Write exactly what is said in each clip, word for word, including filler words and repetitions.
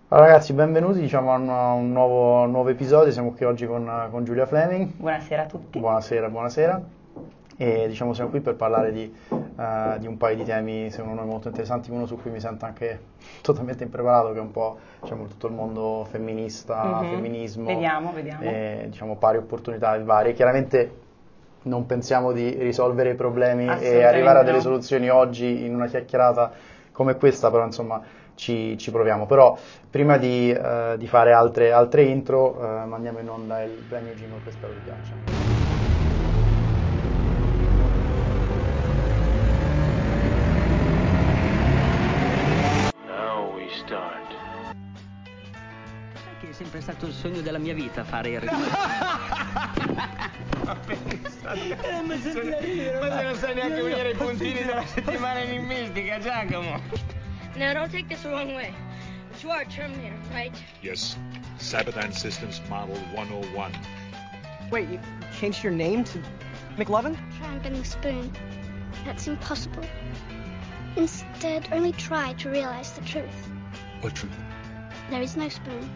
Allora ragazzi, benvenuti diciamo, a un, un nuovo, nuovo episodio. Siamo qui oggi con, con Giulia Fleming. Buonasera a tutti. Buonasera, buonasera. E diciamo siamo qui per parlare di, uh, di un paio di temi secondo noi molto interessanti, uno su cui mi sento anche totalmente impreparato, che è un po' diciamo, tutto il mondo femminista, mm-hmm. femminismo. Vediamo, vediamo. E diciamo pari opportunità varie. Chiaramente non pensiamo di risolvere i problemi e arrivare a delle no. soluzioni oggi in una chiacchierata come questa, però insomma ci, ci proviamo. Però prima di, uh, di fare altre, altre intro uh, mandiamo in onda il brand new jingle che spero vi piaccia. Che è sempre stato il sogno della mia vita fare il ritmo. Ma se non sai neanche vedere i puntini della settimana enigmistica, Giacomo. Now, don't take this the wrong way. But you are a Terminator, right? Yes. Sabathon Systems Model one oh one. Wait, you changed your name to McLovin? Try and bend the spoon. That's impossible. Instead, only try to realize the truth. What truth? There is no spoon.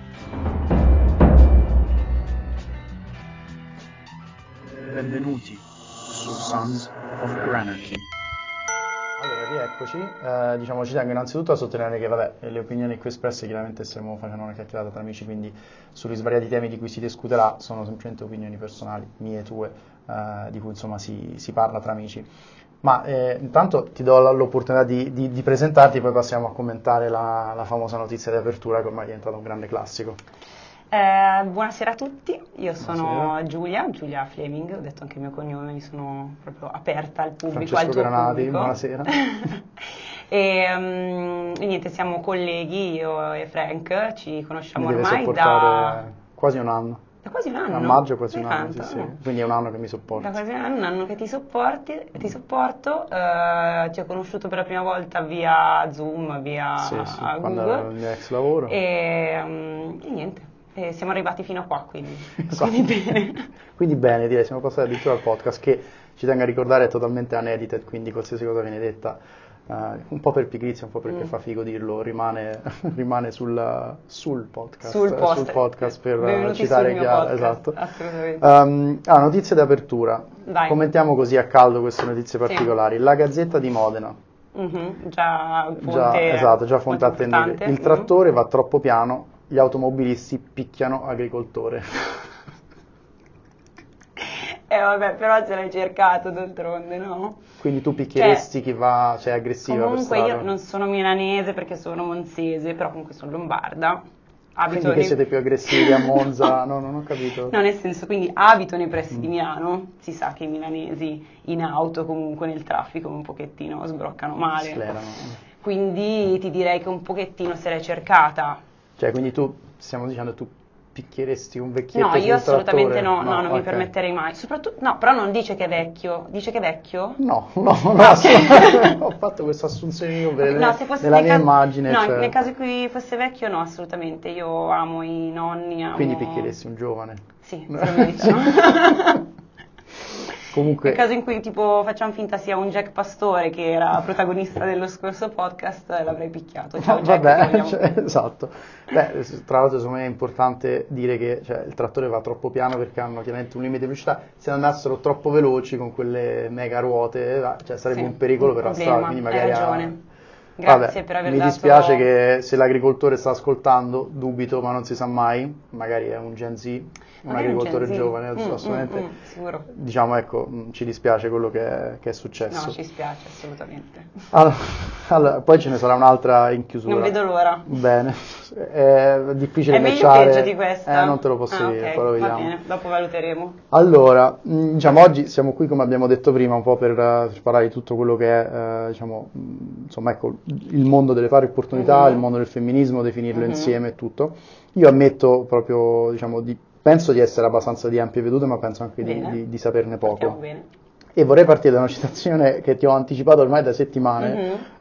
Benvenuti su Sons of Granarchy. Allora, rieccoci. Eh, diciamo, ci tengo innanzitutto a sottolineare che, vabbè, le opinioni qui espresse chiaramente stiamo facendo una chiacchierata tra amici, quindi sugli svariati temi di cui si discuterà sono semplicemente opinioni personali, mie e tue, eh, di cui insomma si, si parla tra amici. Ma eh, intanto ti do l'opportunità di, di, di presentarti, poi passiamo a commentare la, la famosa notizia di apertura che ormai è diventata un grande classico. Eh, buonasera a tutti, io sono Buonasera. Giulia, Giulia Fleming, ho detto anche il mio cognome, mi sono proprio aperta al pubblico, Francesco al tuo Granati, pubblico. buonasera. e, um, e niente, siamo colleghi, io e Frank, ci conosciamo Mi deve ormai sopportare da... quasi un anno. da quasi un anno. A maggio quasi un Dai anno, sì, tanto, sì. no? Quindi è un anno che mi sopporti. Da quasi un anno, un anno che ti sopporti, ti sopporto, eh, ti ho conosciuto per la prima volta via Zoom, via Sì, sì, Google. quando era il mio ex lavoro. E, um, e niente, e siamo arrivati fino a qua, quindi, Esatto. quindi bene. Quindi bene, direi, siamo passati addirittura al podcast che, ci tengo a ricordare, è totalmente unedited, quindi qualsiasi cosa viene detta, uh, un po' per pigrizia, un po' perché Mm. fa figo dirlo, rimane, rimane sul, sul podcast, Sul post. sul podcast per Benvenuti citare sul mio Chiara, podcast, esatto. assolutamente. Um, ah, notizie d'apertura. Vai. Commentiamo così a caldo queste notizie Sì. particolari. La Gazzetta di Modena. Mhm, già fonte, Già, esatto, già fonte molto attendibile. importante. Il trattore va troppo piano, gli automobilisti picchiano agricoltore. Eh vabbè, però ce l'hai cercato d'altronde, no? Quindi tu picchieresti chi va, cioè aggressiva Comunque per strada? io non sono milanese perché sono monzese, però comunque sono lombarda. Abito Quindi che nei- siete più aggressivi a Monza? No, non ho capito. No, nel senso, quindi abito nei pressi Mm. di Milano, si sa che i milanesi in auto comunque nel traffico un pochettino sbroccano male. Sclerano. Quindi ti direi che un pochettino se l'hai cercata. Cioè, quindi tu, stiamo dicendo, tu picchieresti un vecchietto No, sul io assolutamente trattore? no, no, non mi ok. permetterei mai. Soprattutto, no, però non dice che è vecchio. Dice che è vecchio? No, no, no, Ah, assolutamente. Ho fatto questa assunzione io per No, se fosse nella nel mia caso- immagine. No, cioè. nel caso in cui fosse vecchio, no, assolutamente. Io amo i nonni, amo... Quindi picchieresti un giovane? Sì, se lo meritano. Comunque, Nel caso in cui tipo facciamo finta sia un Jack Pastore che era protagonista dello scorso podcast, l'avrei picchiato. Ciao Jack, ti vabbè, vogliamo- cioè, esatto. Beh, s- tra l'altro secondo me è importante dire che cioè, il trattore va troppo piano perché hanno chiaramente un limite di velocità. Se andassero troppo veloci con quelle mega ruote, eh, cioè, sarebbe Sì, un pericolo un per la problema, strada. Quindi hai magari ha- ragione. Grazie Vabbè, per aver mi dato- dispiace che se l'agricoltore sta ascoltando, dubito, ma non si sa mai. Magari è un Gen Z, un Magari un agricoltore Gen Z. giovane, Mm, assolutamente. mm, mm, sicuro. Diciamo, ecco, mh, ci dispiace quello che è, che è successo. No, ci spiace assolutamente. Allora, allora, poi ce ne sarà un'altra in chiusura. Non vedo l'ora. Bene, è difficile È meglio o matchare. peggio di questa? Eh, non te lo posso Ah, dire, ok, poi lo va vediamo. bene, dopo valuteremo. Allora, mh, diciamo, oggi siamo qui, come abbiamo detto prima, un po' per, eh, per parlare di tutto quello che è, eh, diciamo, mh, insomma, ecco, il mondo delle pari opportunità, Mhm. il mondo del femminismo, definirlo Mhm. insieme e tutto. Io ammetto proprio, diciamo, di, penso di essere abbastanza di ampie vedute, ma penso anche di, Bene. di- di saperne Partiamo poco. bene. E vorrei partire da una citazione che ti ho anticipato ormai da settimane, Mhm.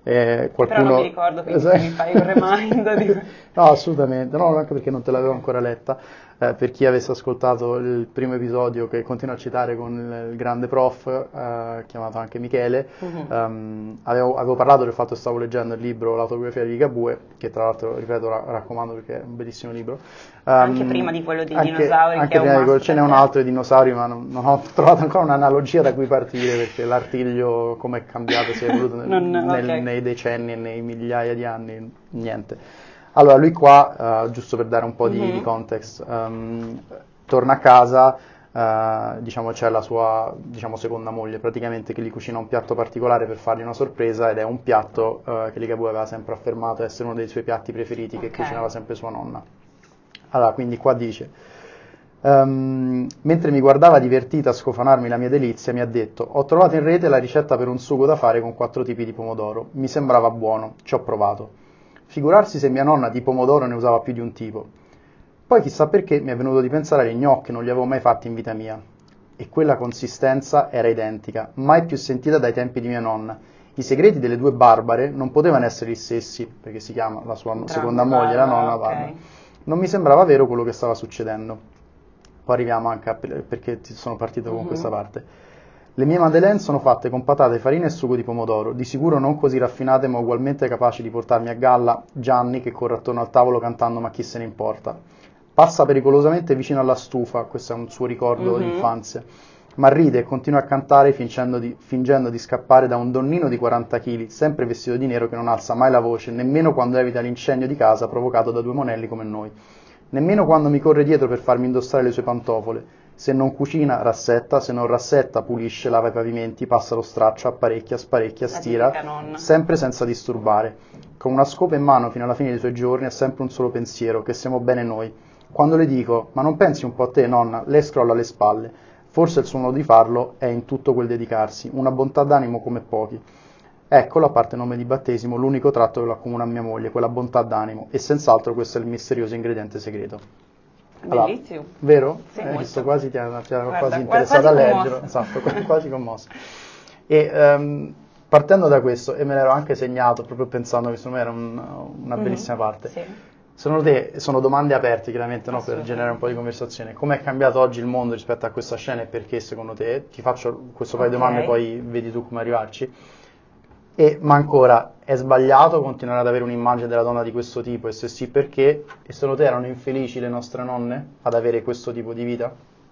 Eh, qualcuno... Però non mi ricordo, quindi se mi fai un remind di... No, assolutamente, no, anche perché non te l'avevo ancora letta. Eh, per chi avesse ascoltato il primo episodio che continuo a citare con il, il grande prof, eh, chiamato anche Michele, Mhm. ehm, avevo, avevo parlato del fatto che stavo leggendo il libro L'autobiografia di Ligabue, che tra l'altro, ripeto, ra- raccomando perché è un bellissimo libro. Anche Ehm, prima di quello dei anche- dinosauri, che anche è un prima di quello- must ce n'è per un te. altro di dinosauri, ma non, non ho trovato ancora un'analogia da cui partire, perché l'artiglio, come è cambiato, si è evoluto nel- Non- nel- ok. nei decenni e nei migliaia di anni, niente. Allora, lui qua, eh, giusto per dare un po' di, Mhm. di context, ehm, torna a casa, eh, diciamo c'è la sua diciamo, seconda moglie praticamente che gli cucina un piatto particolare per fargli una sorpresa, ed è un piatto eh, che Ligabue aveva sempre affermato essere uno dei suoi piatti preferiti, che Ok. cucinava sempre sua nonna. Allora, quindi qua dice: ehm, mentre mi guardava divertita a scofanarmi la mia delizia, mi ha detto: ho trovato in rete la ricetta per un sugo da fare con quattro tipi di pomodoro, mi sembrava buono, ci ho provato. Figurarsi se mia nonna di pomodoro ne usava più di un tipo. Poi chissà perché mi è venuto di pensare agli gnocchi, non li avevo mai fatti in vita mia. E quella consistenza era identica, mai più sentita dai tempi di mia nonna. I segreti delle due barbare non potevano essere gli stessi, perché si chiama la sua Entrambe seconda moglie, la Barbara, nonna ok. Barbara. Non mi sembrava vero quello che stava succedendo. Poi arriviamo anche a perché ti sono partito con Mhm. questa parte. Le mie madeleine sono fatte con patate, farina e sugo di pomodoro, di sicuro non così raffinate ma ugualmente capaci di portarmi a galla Gianni che corre attorno al tavolo cantando ma chi se ne importa. Passa pericolosamente vicino alla stufa, questo è un suo ricordo Mhm. d'infanzia, ma ride e continua a cantare fingendo di, fingendo di scappare da un donnino di quaranta chili, sempre vestito di nero che non alza mai la voce, nemmeno quando evita l'incendio di casa provocato da due monelli come noi. Nemmeno quando mi corre dietro per farmi indossare le sue pantofole. Se non cucina, rassetta, se non rassetta, pulisce, lava i pavimenti, passa lo straccio, apparecchia, sparecchia, La stira, tipica nonna. sempre senza disturbare. Con una scopa in mano fino alla fine dei suoi giorni ha sempre un solo pensiero, che siamo bene noi. Quando le dico, ma non pensi un po' a te, nonna, lei scrolla le spalle. Forse il suo modo di farlo è in tutto quel dedicarsi, una bontà d'animo come pochi. Eccolo, a parte il nome di battesimo, l'unico tratto che lo accomuna a mia moglie, quella bontà d'animo, e senz'altro questo è il misterioso ingrediente segreto. Allora, Bellissimo. vero? Sì, eh, molto. visto quasi ti ero, ti ero Guarda, quasi guarda, interessato quasi a leggerlo, commossa. esatto, qu- quasi commosso. E ehm, partendo da questo, e me l'ero anche segnato proprio pensando che secondo me era un- una Mhm. bellissima parte. Sì. Secondo te, sono domande aperte chiaramente, no, per Assolutamente. generare un po' di conversazione. Com'è cambiato oggi il mondo rispetto a questa scena e perché secondo te? Ti faccio questo paio di Ok. domande, poi vedi tu come arrivarci. E, ma ancora, è sbagliato continuare ad avere un'immagine della donna di questo tipo? E se sì, perché? E secondo te erano infelici le nostre nonne ad avere questo tipo di vita?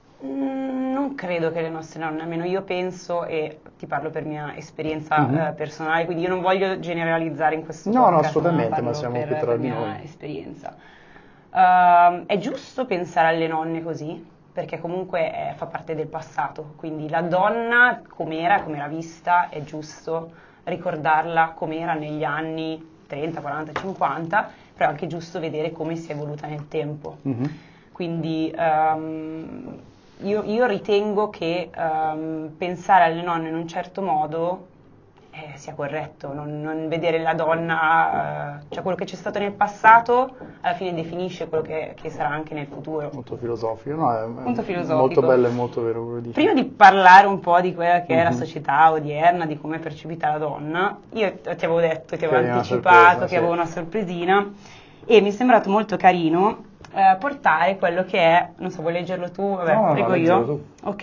Mm, non credo che le nostre nonne, almeno io penso, e ti parlo per mia esperienza Mhm. eh, personale, quindi io non voglio generalizzare in questo No, no, podcast, assolutamente, parlo ma siamo per, qui tra per di mia noi. esperienza. Ehm, è giusto pensare alle nonne così, perché comunque eh, fa parte del passato, quindi la donna com'era, com'era vista, è giusto ricordarla com'era negli anni trenta, quaranta, cinquanta, però è anche giusto vedere come si è evoluta nel tempo. Mhm. Quindi ehm, io, io ritengo che ehm, pensare alle nonne in un certo modo eh, sia corretto, non, non vedere la donna, eh, cioè quello che c'è stato nel passato alla fine definisce quello che, che sarà anche nel futuro. Molto filosofico, no, è, è Molto filosofico. molto bello e molto vero quello che dici. Prima di parlare un po' di quella che è la Mhm. società odierna, di come è percepita la donna, io ti avevo detto, ti avevo Che avevi una anticipato sorpresa, che sì. avevo una sorpresina e mi è sembrato molto carino eh, portare quello che è, non so, vuoi leggerlo tu? Vabbè, No, no, no, prego leggilo io. tu. Ok.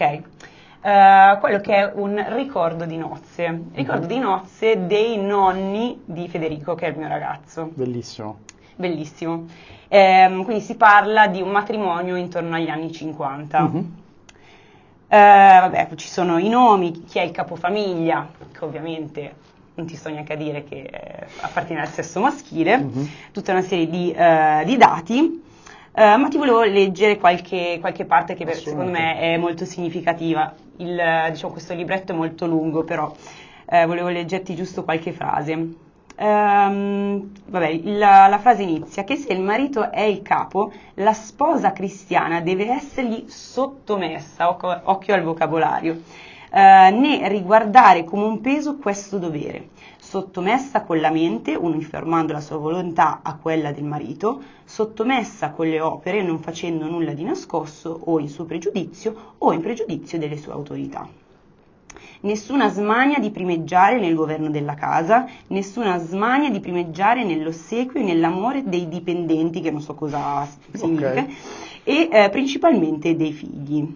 Eh, quello che è un ricordo di nozze, ricordo Mhm. di nozze dei nonni di Federico, che è il mio ragazzo. Bellissimo. Bellissimo. Ehm, quindi si parla di un matrimonio intorno agli anni cinquanta. Mhm. Eh, vabbè, ci sono i nomi, chi è il capofamiglia, che ovviamente non ti sto neanche a dire che eh, appartiene al sesso maschile, Mhm. tutta una serie di, eh, di dati, eh, ma ti volevo leggere qualche, qualche parte che per- secondo me è molto significativa. Il, diciamo, questo libretto è molto lungo, però eh, volevo leggerti giusto qualche frase. Ehm, vabbè, la, la frase inizia che se il marito è il capo, la sposa cristiana deve essergli sottomessa, occhio, occhio al vocabolario, eh, né riguardare come un peso questo dovere, sottomessa con la mente, uniformando la sua volontà a quella del marito, sottomessa con le opere, non facendo nulla di nascosto o in suo pregiudizio o in pregiudizio delle sue autorità. Nessuna smania di primeggiare nel governo della casa, nessuna smania di primeggiare nell'ossequio e nell'amore dei dipendenti, che non so cosa significa, okay. e eh, principalmente dei figli.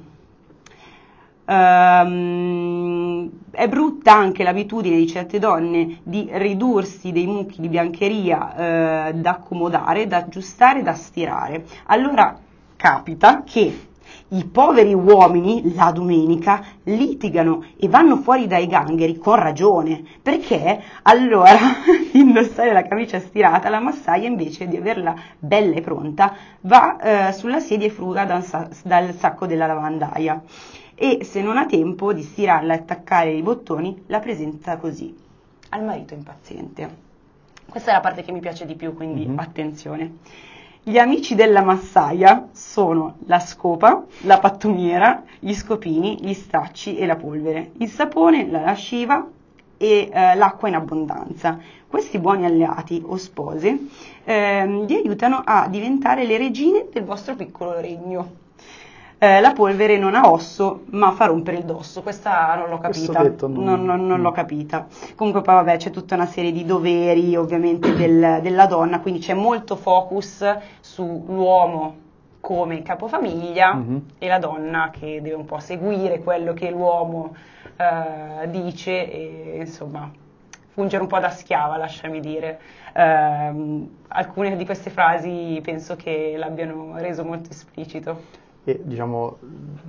Um, è brutta anche l'abitudine di certe donne di ridursi dei mucchi di biancheria eh, da accomodare, da aggiustare, da stirare. Allora capita che i poveri uomini la domenica litigano e vanno fuori dai gangheri con ragione, perché allora di indossare la camicia stirata, la massaia invece di averla bella e pronta va eh, sulla sedia e fruga dal, dal sacco della lavandaia. E se non ha tempo di stirarla e attaccare i bottoni, la presenta così al marito impaziente. Questa è la parte che mi piace di più, quindi mm-hmm. attenzione. Gli amici della massaia sono la scopa, la pattumiera, gli scopini, gli stracci e la polvere, il sapone, la lasciva e eh, l'acqua in abbondanza. Questi buoni alleati o spose eh, vi aiutano a diventare le regine del vostro piccolo regno. Eh, la polvere non ha osso, ma fa rompere il dosso. Questa non l'ho capita. Detto, non... Non, non, non l'ho capita. Comunque poi vabbè c'è tutta una serie di doveri ovviamente del, della donna, quindi c'è molto focus sull'uomo come capofamiglia mm-hmm. e la donna che deve un po' seguire quello che l'uomo eh, dice e insomma fungere un po' da schiava, lasciami dire. Eh, alcune di queste frasi penso che l'abbiano reso molto esplicito. E diciamo,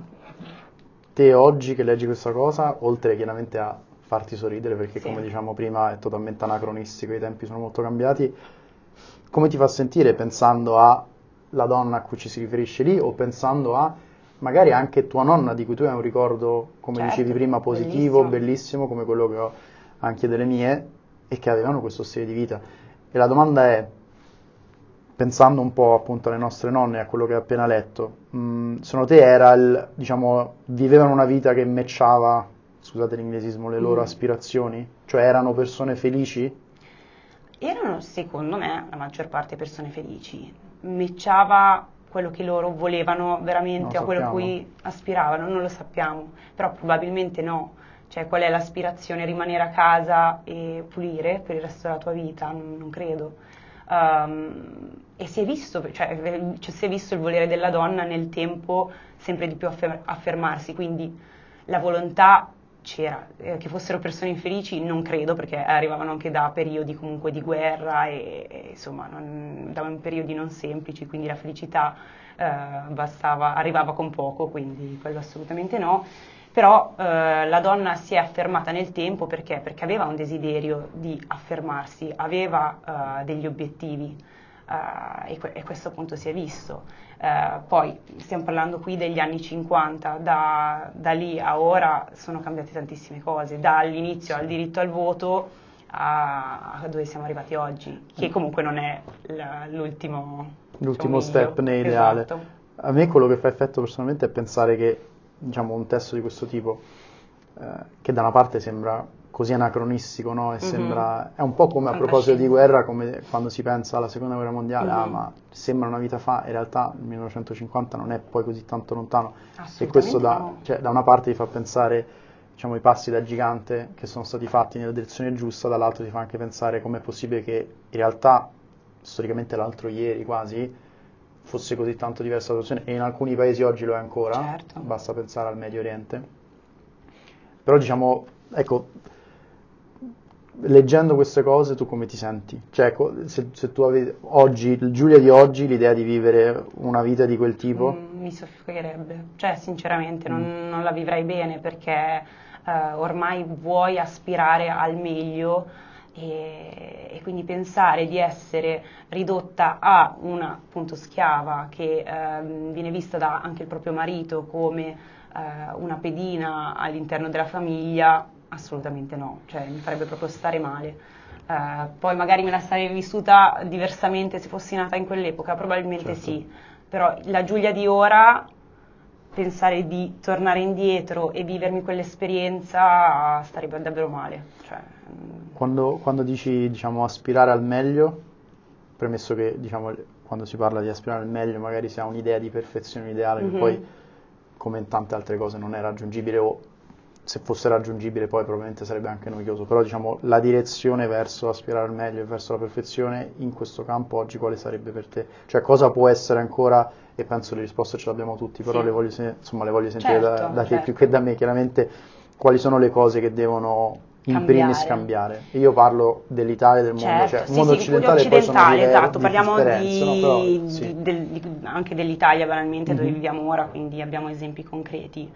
te oggi che leggi questa cosa, oltre chiaramente a farti sorridere, perché sì. come diciamo prima è totalmente anacronistico, i tempi sono molto cambiati, come ti fa sentire pensando a la donna a cui ci si riferisce lì, o pensando a magari anche tua nonna, di cui tu hai un ricordo, come certo, dicevi prima, positivo, bellissimo. bellissimo, come quello che ho anche delle mie, e che avevano questo stile di vita. E la domanda è, pensando un po' appunto alle nostre nonne e a quello che hai appena letto, mh, secondo te era il, diciamo, vivevano una vita che matchava, scusate l'inglesismo, le loro mm. aspirazioni? Cioè erano persone felici? Erano, secondo me, la maggior parte persone felici. Matchava quello che loro volevano veramente o quello a cui aspiravano, non lo sappiamo, però probabilmente no. Cioè, qual è l'aspirazione? Rimanere a casa e pulire per il resto della tua vita? Non, non credo. Um, e si è visto, cioè, cioè, si è visto il volere della donna nel tempo sempre di più affer- affermarsi, quindi la volontà c'era. Eh, che fossero persone infelici non credo, perché arrivavano anche da periodi comunque di guerra e, e insomma non, da periodi non semplici, quindi la felicità eh, bastava, arrivava con poco, quindi quello assolutamente no. Però eh, la donna si è affermata nel tempo perché? Perché aveva un desiderio di affermarsi, aveva uh, degli obiettivi uh, e, que- e questo appunto si è visto. Uh, poi stiamo parlando qui degli anni cinquanta, da, da lì a ora sono cambiate tantissime cose, dall'inizio al diritto al voto a, a dove siamo arrivati oggi, che comunque non è la, l'ultimo, l'ultimo diciamo, step né ideale. Esatto. A me quello che fa effetto personalmente è pensare che, diciamo, un testo di questo tipo, eh, che da una parte sembra così anacronistico, no? E mm-hmm. sembra, è un po' come a proposito di guerra, come quando si pensa alla seconda guerra mondiale, mm-hmm. ah, ma sembra una vita fa, in realtà il millenovecentocinquanta non è poi così tanto lontano, e questo da, no. cioè, da una parte ti fa pensare, diciamo, i passi da gigante che sono stati fatti nella direzione giusta, dall'altro ti fa anche pensare com'è possibile che in realtà, storicamente l'altro ieri quasi, fosse così tanto diversa la situazione, e in alcuni paesi oggi lo è ancora, certo. Basta pensare al Medio Oriente. Però diciamo, ecco, leggendo queste cose tu come ti senti? Cioè, ecco, se, se tu avevi oggi, Giulia di oggi, l'idea di vivere una vita di quel tipo? Mm, mi soffrirebbe, cioè sinceramente mm. non, non la vivrei bene, perché eh, ormai vuoi aspirare al meglio. E, e quindi pensare di essere ridotta a una appunto schiava che eh, viene vista da anche il proprio marito come eh, una pedina all'interno della famiglia, assolutamente no, cioè mi farebbe proprio stare male. Eh, poi magari me la sarei vissuta diversamente se fossi nata in quell'epoca, probabilmente certo. sì, però la Giulia di ora, pensare di tornare indietro e vivermi quell'esperienza starebbe davvero male. Cioè, quando, quando dici, diciamo, aspirare al meglio, premesso che, diciamo, quando si parla di aspirare al meglio magari si ha un'idea di perfezione ideale mm-hmm. che poi, come in tante altre cose, non è raggiungibile o se fosse raggiungibile poi probabilmente sarebbe anche noioso, però diciamo la direzione verso aspirare al meglio e verso la perfezione in questo campo oggi quale sarebbe per te? Cioè cosa può essere ancora, e penso le risposte ce l'abbiamo tutti, però Sì. le voglio, se- insomma, le voglio sentire Certo, da, da te certo. più che da me, chiaramente quali sono le cose che devono in primis cambiare. Io parlo dell'Italia, del mondo, Certo, cioè il sì, mondo sì, occidentale, poi sono occidentale, diver- esatto, di parliamo differenze, no? Però, di, sì. di- del- di- anche dell'Italia banalmente, dove Mhm. viviamo ora, quindi abbiamo esempi concreti.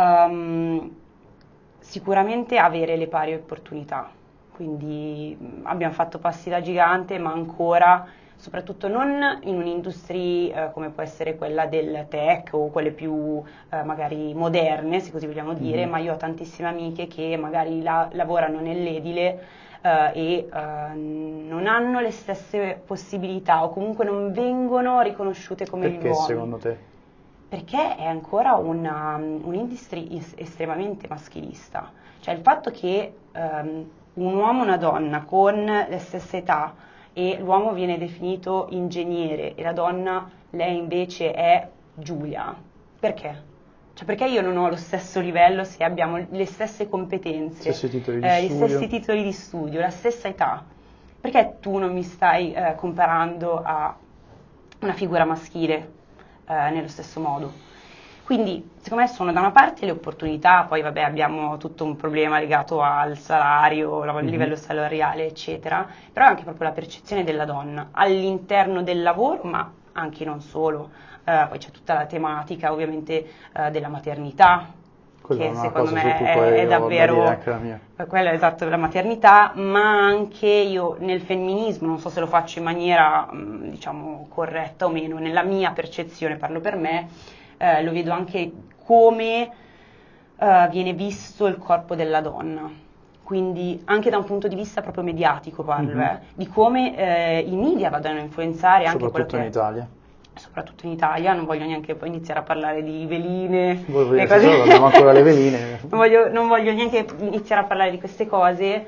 Um, sicuramente avere le pari opportunità, quindi mh, abbiamo fatto passi da gigante, ma ancora, soprattutto non in un'industria eh, come può essere quella del tech o quelle più eh, magari moderne, se così vogliamo dire, Mhm. ma io ho tantissime amiche che magari la- lavorano nell'edile eh, e eh, non hanno le stesse possibilità o comunque non vengono riconosciute come gli Perché uomini. secondo te? Perché è ancora una, un'industria is- estremamente maschilista. Cioè il fatto che ehm, un uomo e una donna con le stesse età e l'uomo viene definito ingegnere e la donna, lei invece è Giulia. Perché? Cioè perché io non ho lo stesso livello se abbiamo le stesse competenze, Stessi titoli di eh, gli studio. stessi titoli di studio, la stessa età? Perché tu non mi stai eh, comparando a una figura maschile eh, nello stesso modo? Quindi, secondo me sono da una parte le opportunità, poi vabbè abbiamo tutto un problema legato al salario, al Mhm. livello salariale, eccetera, però anche proprio la percezione della donna all'interno del lavoro, ma anche non solo. Eh, poi c'è tutta la tematica ovviamente eh, della maternità, Quella è che una secondo cosa su me cui è, poi è io ho da dire davvero anche la mia. per quello è esatto della maternità, ma anche io nel femminismo, non so se lo faccio in maniera mh, diciamo corretta o meno, nella mia percezione, parlo per me, eh, lo vedo anche come eh, viene visto il corpo della donna. Quindi anche da un punto di vista proprio mediatico parlo, Mhm. eh, di come eh, i media vadano a influenzare anche quello Soprattutto che in è Italia. soprattutto in Italia, non voglio neanche poi iniziare a parlare di veline Voi e vedete, cose. solo abbiamo ancora le veline. non, voglio, non voglio neanche iniziare a parlare di queste cose,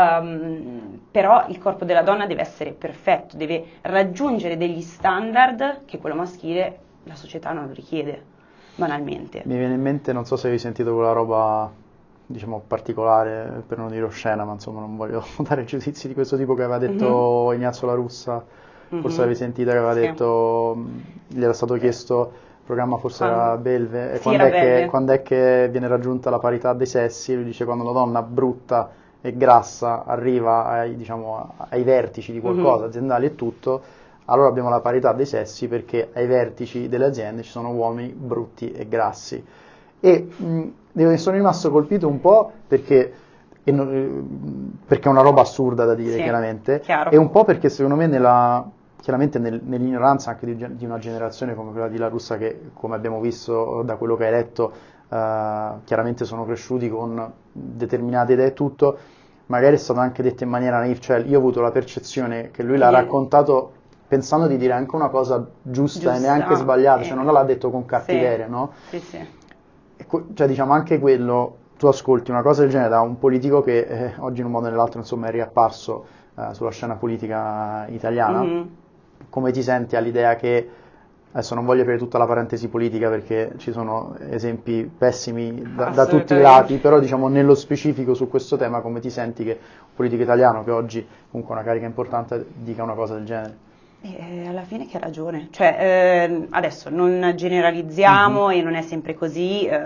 um, però il corpo della donna deve essere perfetto, deve raggiungere degli standard che quello maschile la società non lo richiede, banalmente. Mi viene in mente, non so se avevi sentito quella roba, diciamo, particolare, per non dire oscena, ma insomma non voglio dare giudizi di questo tipo che aveva detto Mhm. Ignazio La Russa, forse Mhm. l'avevi sentita, che aveva Sì. detto, mh, gli era stato chiesto, il programma forse era Quando? Belve, e Sì, quando, era è che, Belve. quando è che viene raggiunta la parità dei sessi, lui dice quando una donna brutta e grassa arriva ai, diciamo, ai vertici di qualcosa, Mhm. aziendali e tutto, allora abbiamo la parità dei sessi perché ai vertici delle aziende ci sono uomini brutti e grassi. E mh, devo- sono rimasto colpito un po' perché, e non- eh, perché è una roba assurda da dire, Sì, chiaramente, chiaro. e un po' perché secondo me nella, chiaramente nel- nell'ignoranza anche di, gen- di una generazione come quella di La Russa che, come abbiamo visto da quello che hai letto, eh, chiaramente sono cresciuti con determinate idee e tutto, magari è stato anche detto in maniera naif, cioè io ho avuto la percezione che lui l'ha Che- raccontato pensando di dire anche una cosa giusta, e Giusta, neanche sbagliata, sì. cioè non l'ha detto con Sì. cattiveria, no? Sì, sì. E que- Cioè diciamo anche quello, tu ascolti una cosa del genere da un politico che eh, oggi in un modo o nell'altro insomma è riapparso eh, sulla scena politica italiana, Mhm. come ti senti all'idea che, adesso non voglio aprire tutta la parentesi politica perché ci sono esempi pessimi da, da tutti i Assolutamente. lati, però diciamo nello specifico su questo tema come ti senti che un politico italiano che oggi comunque ha una carica importante dica una cosa del genere? E alla fine che ha ragione, cioè eh, adesso non generalizziamo Mhm. e non è sempre così, eh,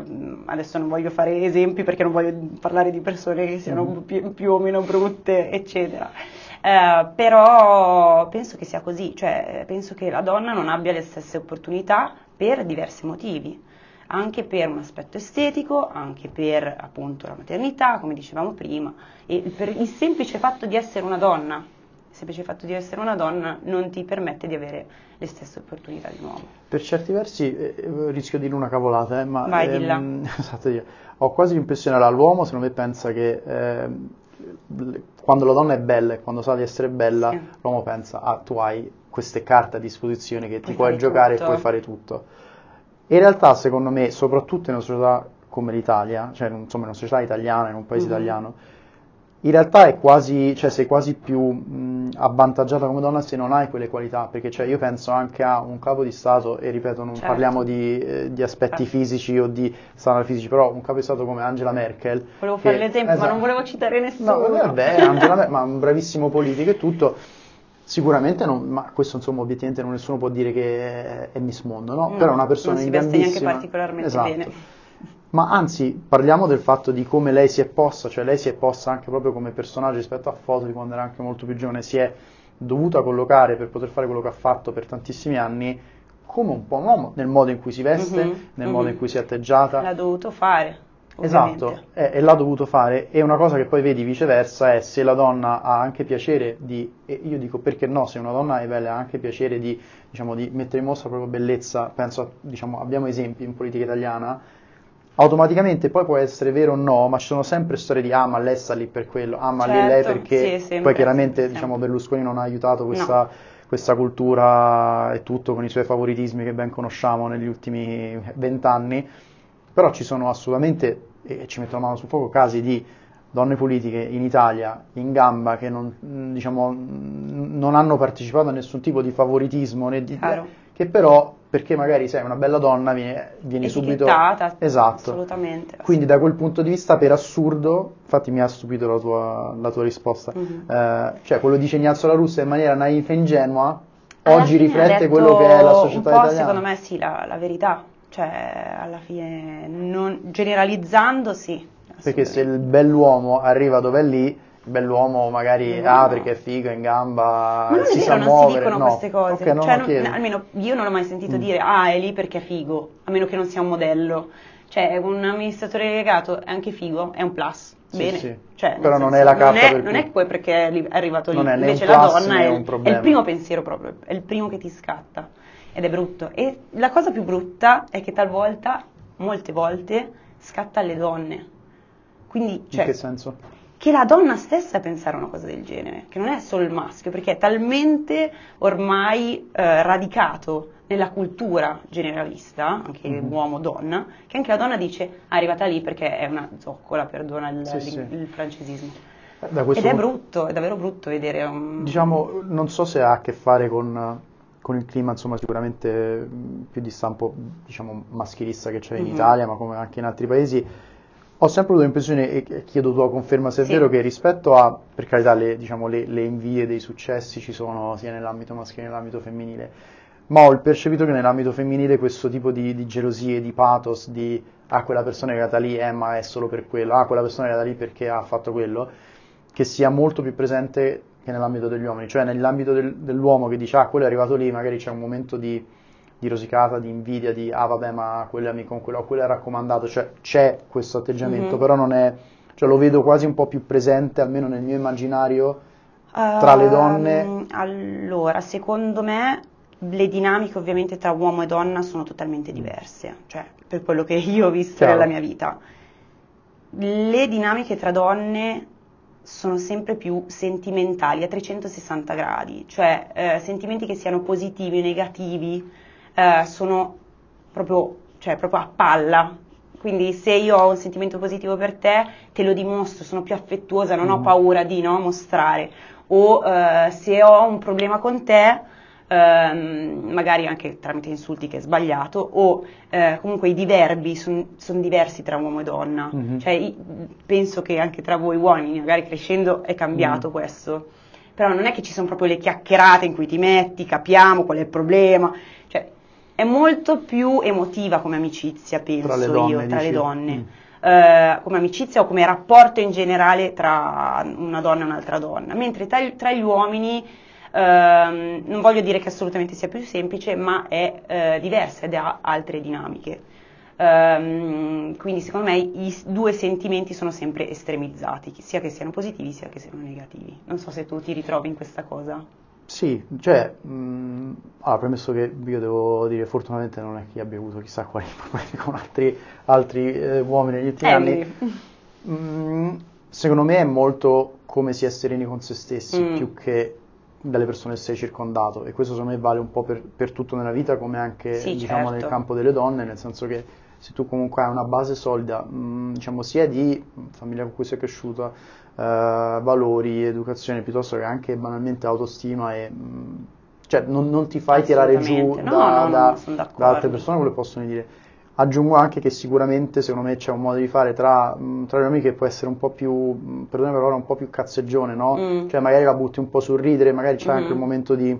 adesso non voglio fare esempi perché non voglio parlare di persone che siano Mhm. più, più o meno brutte, eccetera. Eh, però penso che sia così, cioè penso che la donna non abbia le stesse opportunità per diversi motivi, anche per un aspetto estetico, anche per appunto la maternità, come dicevamo prima, e per il semplice fatto di essere una donna. Il semplice fatto di essere una donna non ti permette di avere le stesse opportunità di un uomo. Per certi versi eh, eh, rischio di dire una cavolata, eh, ma Vai, dilla. ehm, esatto, io ho quasi l'impressione che l'uomo secondo me pensa che ehm, l- quando la donna è bella e quando sa di essere bella, Sì. l'uomo pensa, ah, tu hai queste carte a disposizione che ti Puoi puoi fare giocare tutto. e puoi fare tutto. In realtà, secondo me, soprattutto in una società come l'Italia, cioè insomma in una società italiana, in un paese Mhm. italiano, in realtà è quasi, cioè sei quasi più mh, avvantaggiata come donna se non hai quelle qualità, perché cioè, io penso anche a un capo di Stato, e ripeto, non Certo. parliamo di, eh, di aspetti Certo. fisici o di standard fisici, però un capo di Stato come Angela Merkel. Volevo che- fare l'esempio, esatto. ma non volevo citare nessuno. No, vabbè, Angela Merkel, ma un bravissimo politico e tutto. Sicuramente, non, ma questo insomma obiettivamente non nessuno può dire che è Miss Mondo, no? No, Però è una persona non si in veste neanche gambissima. particolarmente Esatto. bene. Ma anzi, parliamo del fatto di come lei si è posta, cioè lei si è posta anche proprio come personaggio rispetto a foto di quando era anche molto più giovane, si è dovuta collocare per poter fare quello che ha fatto per tantissimi anni come un po' un uomo, nel modo in cui si veste, Mhm, nel mhm. modo in cui si è atteggiata. L'ha dovuto fare, ovviamente. Esatto, e, e l'ha dovuto fare. E una cosa che poi vedi viceversa è se la donna ha anche piacere di, e io dico perché no, se una donna è bella ha anche piacere di, diciamo, di mettere in mostra la propria bellezza, penso, a, diciamo, abbiamo esempi in politica italiana, automaticamente poi può essere vero o no, ma ci sono sempre storie di ah ma lei sta lì per quello, ah ma lì lei Certo, perché, sì, sempre, poi chiaramente sempre, diciamo sempre. Berlusconi non ha aiutato questa, questa cultura e tutto con i suoi favoritismi che ben conosciamo negli ultimi vent'anni, però ci sono assolutamente, e ci metto la mano sul fuoco, casi di donne politiche in Italia in gamba che non, diciamo, non hanno partecipato a nessun tipo di favoritismo né di, Chiaro. che però perché magari sei una bella donna vieni, vieni subito Etichettata, esatto, assolutamente. quindi da quel punto di vista per assurdo, infatti mi ha stupito la tua, la tua risposta, Mhm. eh, cioè quello dice Ignazio La Russa in maniera naif e ingenua Alla oggi fine ha riflette detto quello che è la società un po', italiana. secondo me sì, la, la verità, cioè alla fine non, generalizzando sì, Perché se il assolutamente. bell'uomo arriva dove è lì, il bell'uomo magari No, ah no. perché è figo, è in gamba, Ma non è si vero, sa non muovere, si dicono no. queste cose, Ok, non cioè lo non- chiedo. almeno io non ho mai sentito Mm. dire ah è lì perché è figo, a meno che non sia un modello, cioè un amministratore delegato è anche figo, è un plus, Sì, bene, sì. cioè, nel Però non senso, è la non carta è, per non cui- è poi perché è li- è arrivato lì, Non è né invece un la plus donna né è, un il- è problema. il primo pensiero proprio, è il primo che ti scatta ed è brutto e la cosa più brutta è che talvolta, molte volte, scatta alle donne, quindi cioè, In che senso? che la donna stessa pensare una cosa del genere, che non è solo il maschio, perché è talmente ormai eh, radicato nella cultura generalista, anche Mhm. uomo-donna, che anche la donna dice ah, è arrivata lì perché è una zoccola, perdona il, Sì, il- sì. il francesismo. Da questo Ed è punto- brutto, è davvero brutto vedere un... Diciamo, non so se ha a che fare con, con il clima, insomma, sicuramente mh, più di stampo, diciamo, maschilista che c'è in Mhm. Italia, ma come anche in altri paesi. Ho sempre avuto l'impressione, e chiedo tua conferma se è Sì. vero, che rispetto a, per carità, le, diciamo, le, le invie dei successi ci sono sia nell'ambito maschile che nell'ambito femminile, ma ho il percepito che nell'ambito femminile questo tipo di, di gelosie, di pathos, di ah, quella persona è arrivata lì, eh, ma è solo per quello, ah, quella persona è arrivata lì perché ha fatto quello, che sia molto più presente che nell'ambito degli uomini, cioè nell'ambito del- dell'uomo che dice ah, quello è arrivato lì, magari c'è un momento di, di rosicata, di invidia, di ah vabbè ma quello è amico con quello, o quello è raccomandato, cioè c'è questo atteggiamento, Mhm. però non è, cioè lo vedo quasi un po' più presente, almeno nel mio immaginario, tra le donne. Ehm, allora, secondo me le dinamiche ovviamente tra uomo e donna sono totalmente diverse, cioè per quello che io ho visto Chiaro. nella mia vita. Le dinamiche tra donne sono sempre più sentimentali a trecentosessanta gradi, cioè eh, sentimenti che siano positivi o negativi eh, sono proprio, cioè, proprio a palla. Quindi se io ho un sentimento positivo per te, te lo dimostro, sono più affettuosa, non ho Mhm. paura di no, mostrare. O eh, se ho un problema con te, ehm, magari anche tramite insulti che è sbagliato, o eh, comunque i diverbi sono diversi tra uomo e donna. Mhm. Cioè, i- penso che anche tra voi uomini, magari crescendo, è cambiato Mm. questo. Però non è che ci sono proprio le chiacchierate in cui ti metti, capiamo qual è il problema. Cioè, è molto più emotiva come amicizia, penso Tra le donne, io, tra dici? le donne. Mm. Eh, come amicizia o come rapporto in generale tra una donna e un'altra donna. Mentre tra, tra gli uomini, ehm, non voglio dire che assolutamente sia più semplice, ma è eh, diversa ed ha altre dinamiche. Ehm, quindi secondo me i s- due sentimenti sono sempre estremizzati, sia che siano positivi sia che siano negativi. Non so se tu ti ritrovi in questa cosa. Sì, cioè, mh, allora, premesso che io devo dire, fortunatamente non è che io abbia avuto chissà quali problemi con altri, altri eh, uomini negli ultimi anni, Emily. mh, secondo me è molto come si è sereni con se stessi, Mm. più che dalle persone che sei circondato, e questo secondo me vale un po' per, per tutto nella vita, come anche Sì, diciamo certo. nel campo delle donne, nel senso che se tu comunque hai una base solida, mh, diciamo sia di famiglia con cui sei cresciuta, eh, valori, educazione, piuttosto che anche banalmente autostima e mh, cioè non, non ti fai tirare giù Assolutamente. No, da, no, da- no, sono da d'accordo. altre persone, quello che possono dire. Aggiungo anche che sicuramente secondo me c'è un modo di fare tra, mh, tra le amiche che può essere un po' più, mh, perdonami la parola, un po' più cazzeggione, no? Mm. Cioè magari la butti un po' sul ridere, magari c'è anche Mhm. un momento di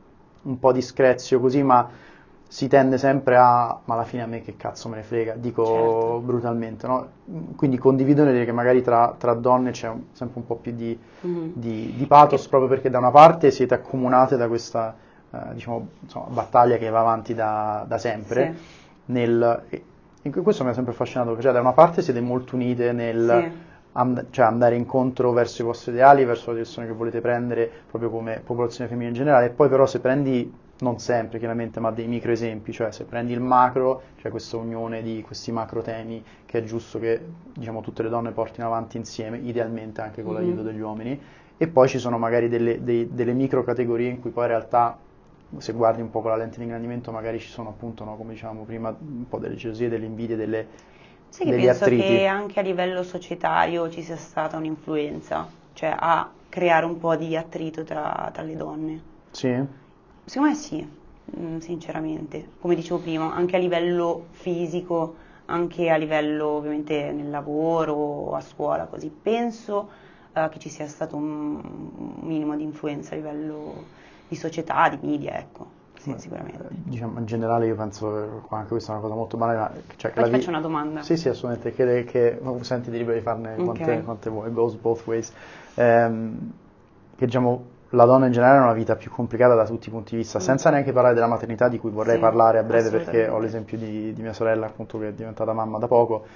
un po' di screzio così, ma si tende sempre a, ma alla fine a me che cazzo me ne frega, dico Certo. brutalmente, no? Quindi condivido nel dire che magari tra, tra donne c'è un- sempre un po' più di, Mhm. di, di pathos, proprio perché da una parte siete accomunate da questa, eh, diciamo, insomma, battaglia che va avanti da, da sempre, Sì. nel, e e questo mi ha sempre affascinato, cioè da una parte siete molto unite nel Sì. and- cioè andare incontro verso i vostri ideali, verso le persone che volete prendere, proprio come popolazione femminile in generale, e poi però se prendi, non sempre chiaramente, ma dei micro esempi, cioè se prendi il macro, cioè questa unione di questi macro temi che è giusto che diciamo tutte le donne portino avanti insieme, idealmente anche con Mhm. l'aiuto degli uomini, e poi ci sono magari delle, dei- delle micro categorie in cui poi in realtà se guardi un po' con la lente di ingrandimento magari ci sono appunto, no, come dicevamo prima, un po' delle gelosie, delle invidie, delle, Sai che degli penso attriti. che anche a livello societario ci sia stata un'influenza, cioè a creare un po' di attrito tra, tra le donne. Sì? Secondo me sì, mm, sinceramente. Come dicevo prima, anche a livello fisico, anche a livello ovviamente nel lavoro, a scuola, così. Penso eh, che ci sia stato un, un minimo di influenza a livello di società, di media, ecco. Sì, Beh, sicuramente. eh, Diciamo, in generale io penso, qua anche questa è una cosa molto banale, ma cioè, che Poi la ti vi- faccio una domanda. Sì, sì, assolutamente, che, che no, sentiti libero di farne quante, Ok. quante vuoi, goes both ways. Ehm, che diciamo, la donna in generale ha una vita più complicata da tutti i punti di vista, Mm. senza neanche parlare della maternità di cui vorrei Sì, parlare a breve perché assolutamente. ho l'esempio di, di mia sorella appunto che è diventata mamma da poco.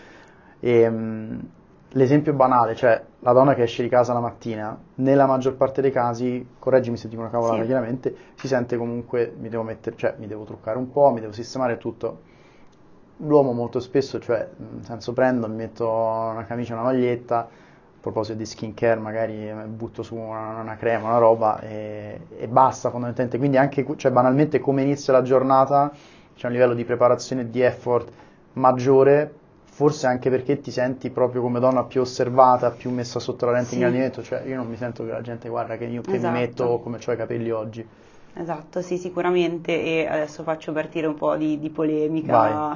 E, mh, l'esempio banale, cioè la donna che esce di casa la mattina, nella maggior parte dei casi, correggimi se dico una cavolata Sì. chiaramente, si sente comunque mi devo mettere, cioè mi devo truccare un po', mi devo sistemare tutto. L'uomo molto spesso, cioè, nel senso prendo, mi metto una camicia, una maglietta, a proposito di skincare magari mi butto su una, una crema, una roba e, e basta fondamentalmente. Quindi anche, cioè, banalmente come inizia la giornata c'è un livello di preparazione e di effort maggiore, forse anche perché ti senti proprio come donna più osservata, più messa sotto la lente di Sì. ingrandimento, cioè io non mi sento che la gente guarda che io che Esatto. mi metto come ho i capelli oggi. Esatto, sì, sicuramente, e adesso faccio partire un po' di, di polemica. Vai.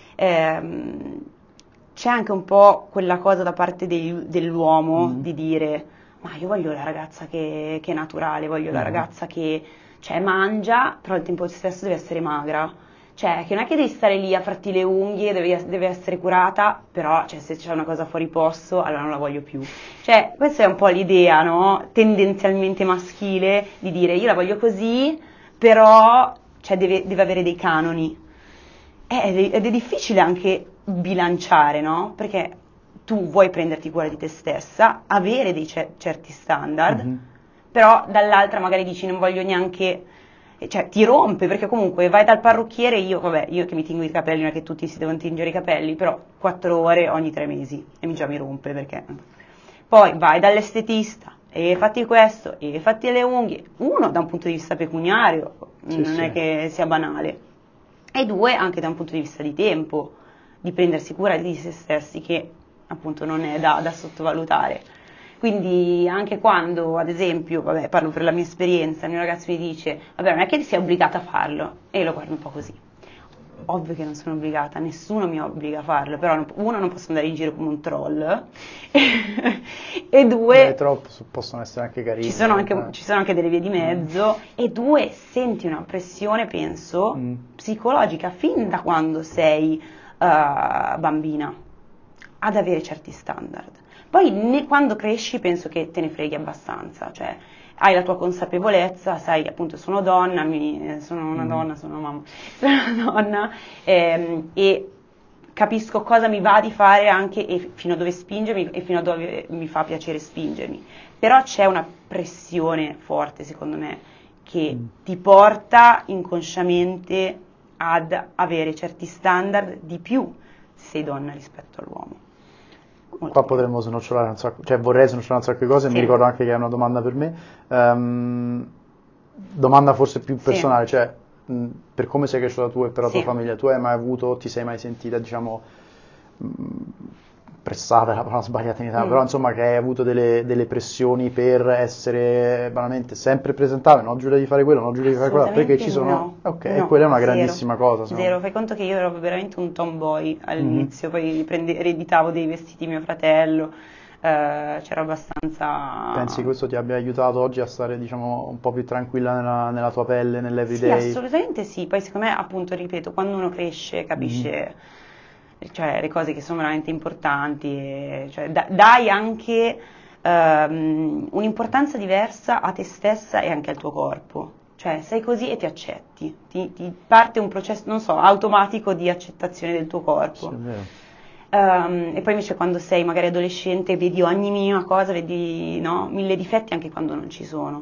Ehm, c'è anche un po' quella cosa da parte del- dell'uomo Mm. di dire, ma io voglio la ragazza che, che è naturale, voglio la Mhm. ragazza che, cioè, mangia, però al tempo stesso deve essere magra. Cioè, che non è che devi stare lì a farti le unghie, devi- deve essere curata, però, cioè, se c'è una cosa fuori posto, allora non la voglio più. Cioè, questa è un po' l'idea, no? Tendenzialmente maschile, di dire io la voglio così, però, cioè, deve, deve avere dei canoni. Eh, Ed è, ed è difficile anche bilanciare, no? Perché tu vuoi prenderti cura di te stessa, avere dei cer- certi standard, Mhm. però dall'altra magari dici non voglio neanche, cioè ti rompe perché comunque vai dal parrucchiere, io vabbè io che mi tingo i capelli, non è che tutti si devono tingere i capelli, però quattro ore ogni tre mesi e mi già mi rompe perché poi vai dall'estetista e fatti questo e fatti le unghie, uno da un punto di vista pecuniario Sì, non sì. è che sia banale, e due anche da un punto di vista di tempo, di prendersi cura di se stessi, che appunto non è da, da sottovalutare. Quindi anche quando, ad esempio, vabbè, parlo per la mia esperienza, il mio ragazzo mi dice, vabbè, non è che sei obbligata a farlo, e io lo guardo un po' così. Ovvio che non sono obbligata, nessuno mi obbliga a farlo, però non- uno non posso andare in giro come un troll, e due... Beh, troppo possono essere anche carini. Ci sono, anche, eh. ci sono anche delle vie di mezzo, e due, senti una pressione, penso, Mm. psicologica fin da quando sei eh, bambina ad avere certi standard. Poi ne- quando cresci penso che te ne freghi abbastanza, cioè hai la tua consapevolezza, sai appunto sono donna, mi- sono una Mm. donna, sono mamma, sono una donna ehm, e capisco cosa mi va di fare anche e fino a dove spingermi e fino a dove mi fa piacere spingermi. Però c'è una pressione forte, secondo me, che Mm. ti porta inconsciamente ad avere certi standard di più se sei donna rispetto all'uomo. Molto Qua di più. potremmo snocciolare un sacco, cioè vorrei snocciolare un sacco di cose, Sì. mi ricordo anche che è una domanda per me. Ehm, domanda forse più Sì. personale, cioè mh, per come sei cresciuta tu e per la Sì. tua famiglia, tu hai mai avuto, ti sei mai sentita, diciamo, mh, pressata, è la parola sbagliata in Italia, Mm. però insomma che hai avuto delle, delle pressioni per essere banalmente sempre presentata, no Giulia di fare quello, no Giulia di fare quello, perché ci sono... No, Ok, no, e quella è una zero, grandissima cosa. secondo Zero, me. fai conto che io ero veramente un tomboy all'inizio, Mhm. poi prende- ereditavo dei vestiti di mio fratello, eh, c'era abbastanza... Pensi che questo ti abbia aiutato oggi a stare, diciamo, un po' più tranquilla nella, nella tua pelle, Sì, nell'everyday? assolutamente sì, poi secondo me, appunto, ripeto, quando uno cresce capisce, cioè, le cose che sono veramente importanti, e, cioè, da- dai anche ehm, un'importanza diversa a te stessa e anche al tuo corpo, cioè sei così e ti accetti, ti, ti parte un processo, non so, automatico di accettazione del tuo corpo. Sì, è vero. Ehm, e poi invece quando sei magari adolescente vedi ogni minima cosa, vedi, no, mille difetti anche quando non ci sono.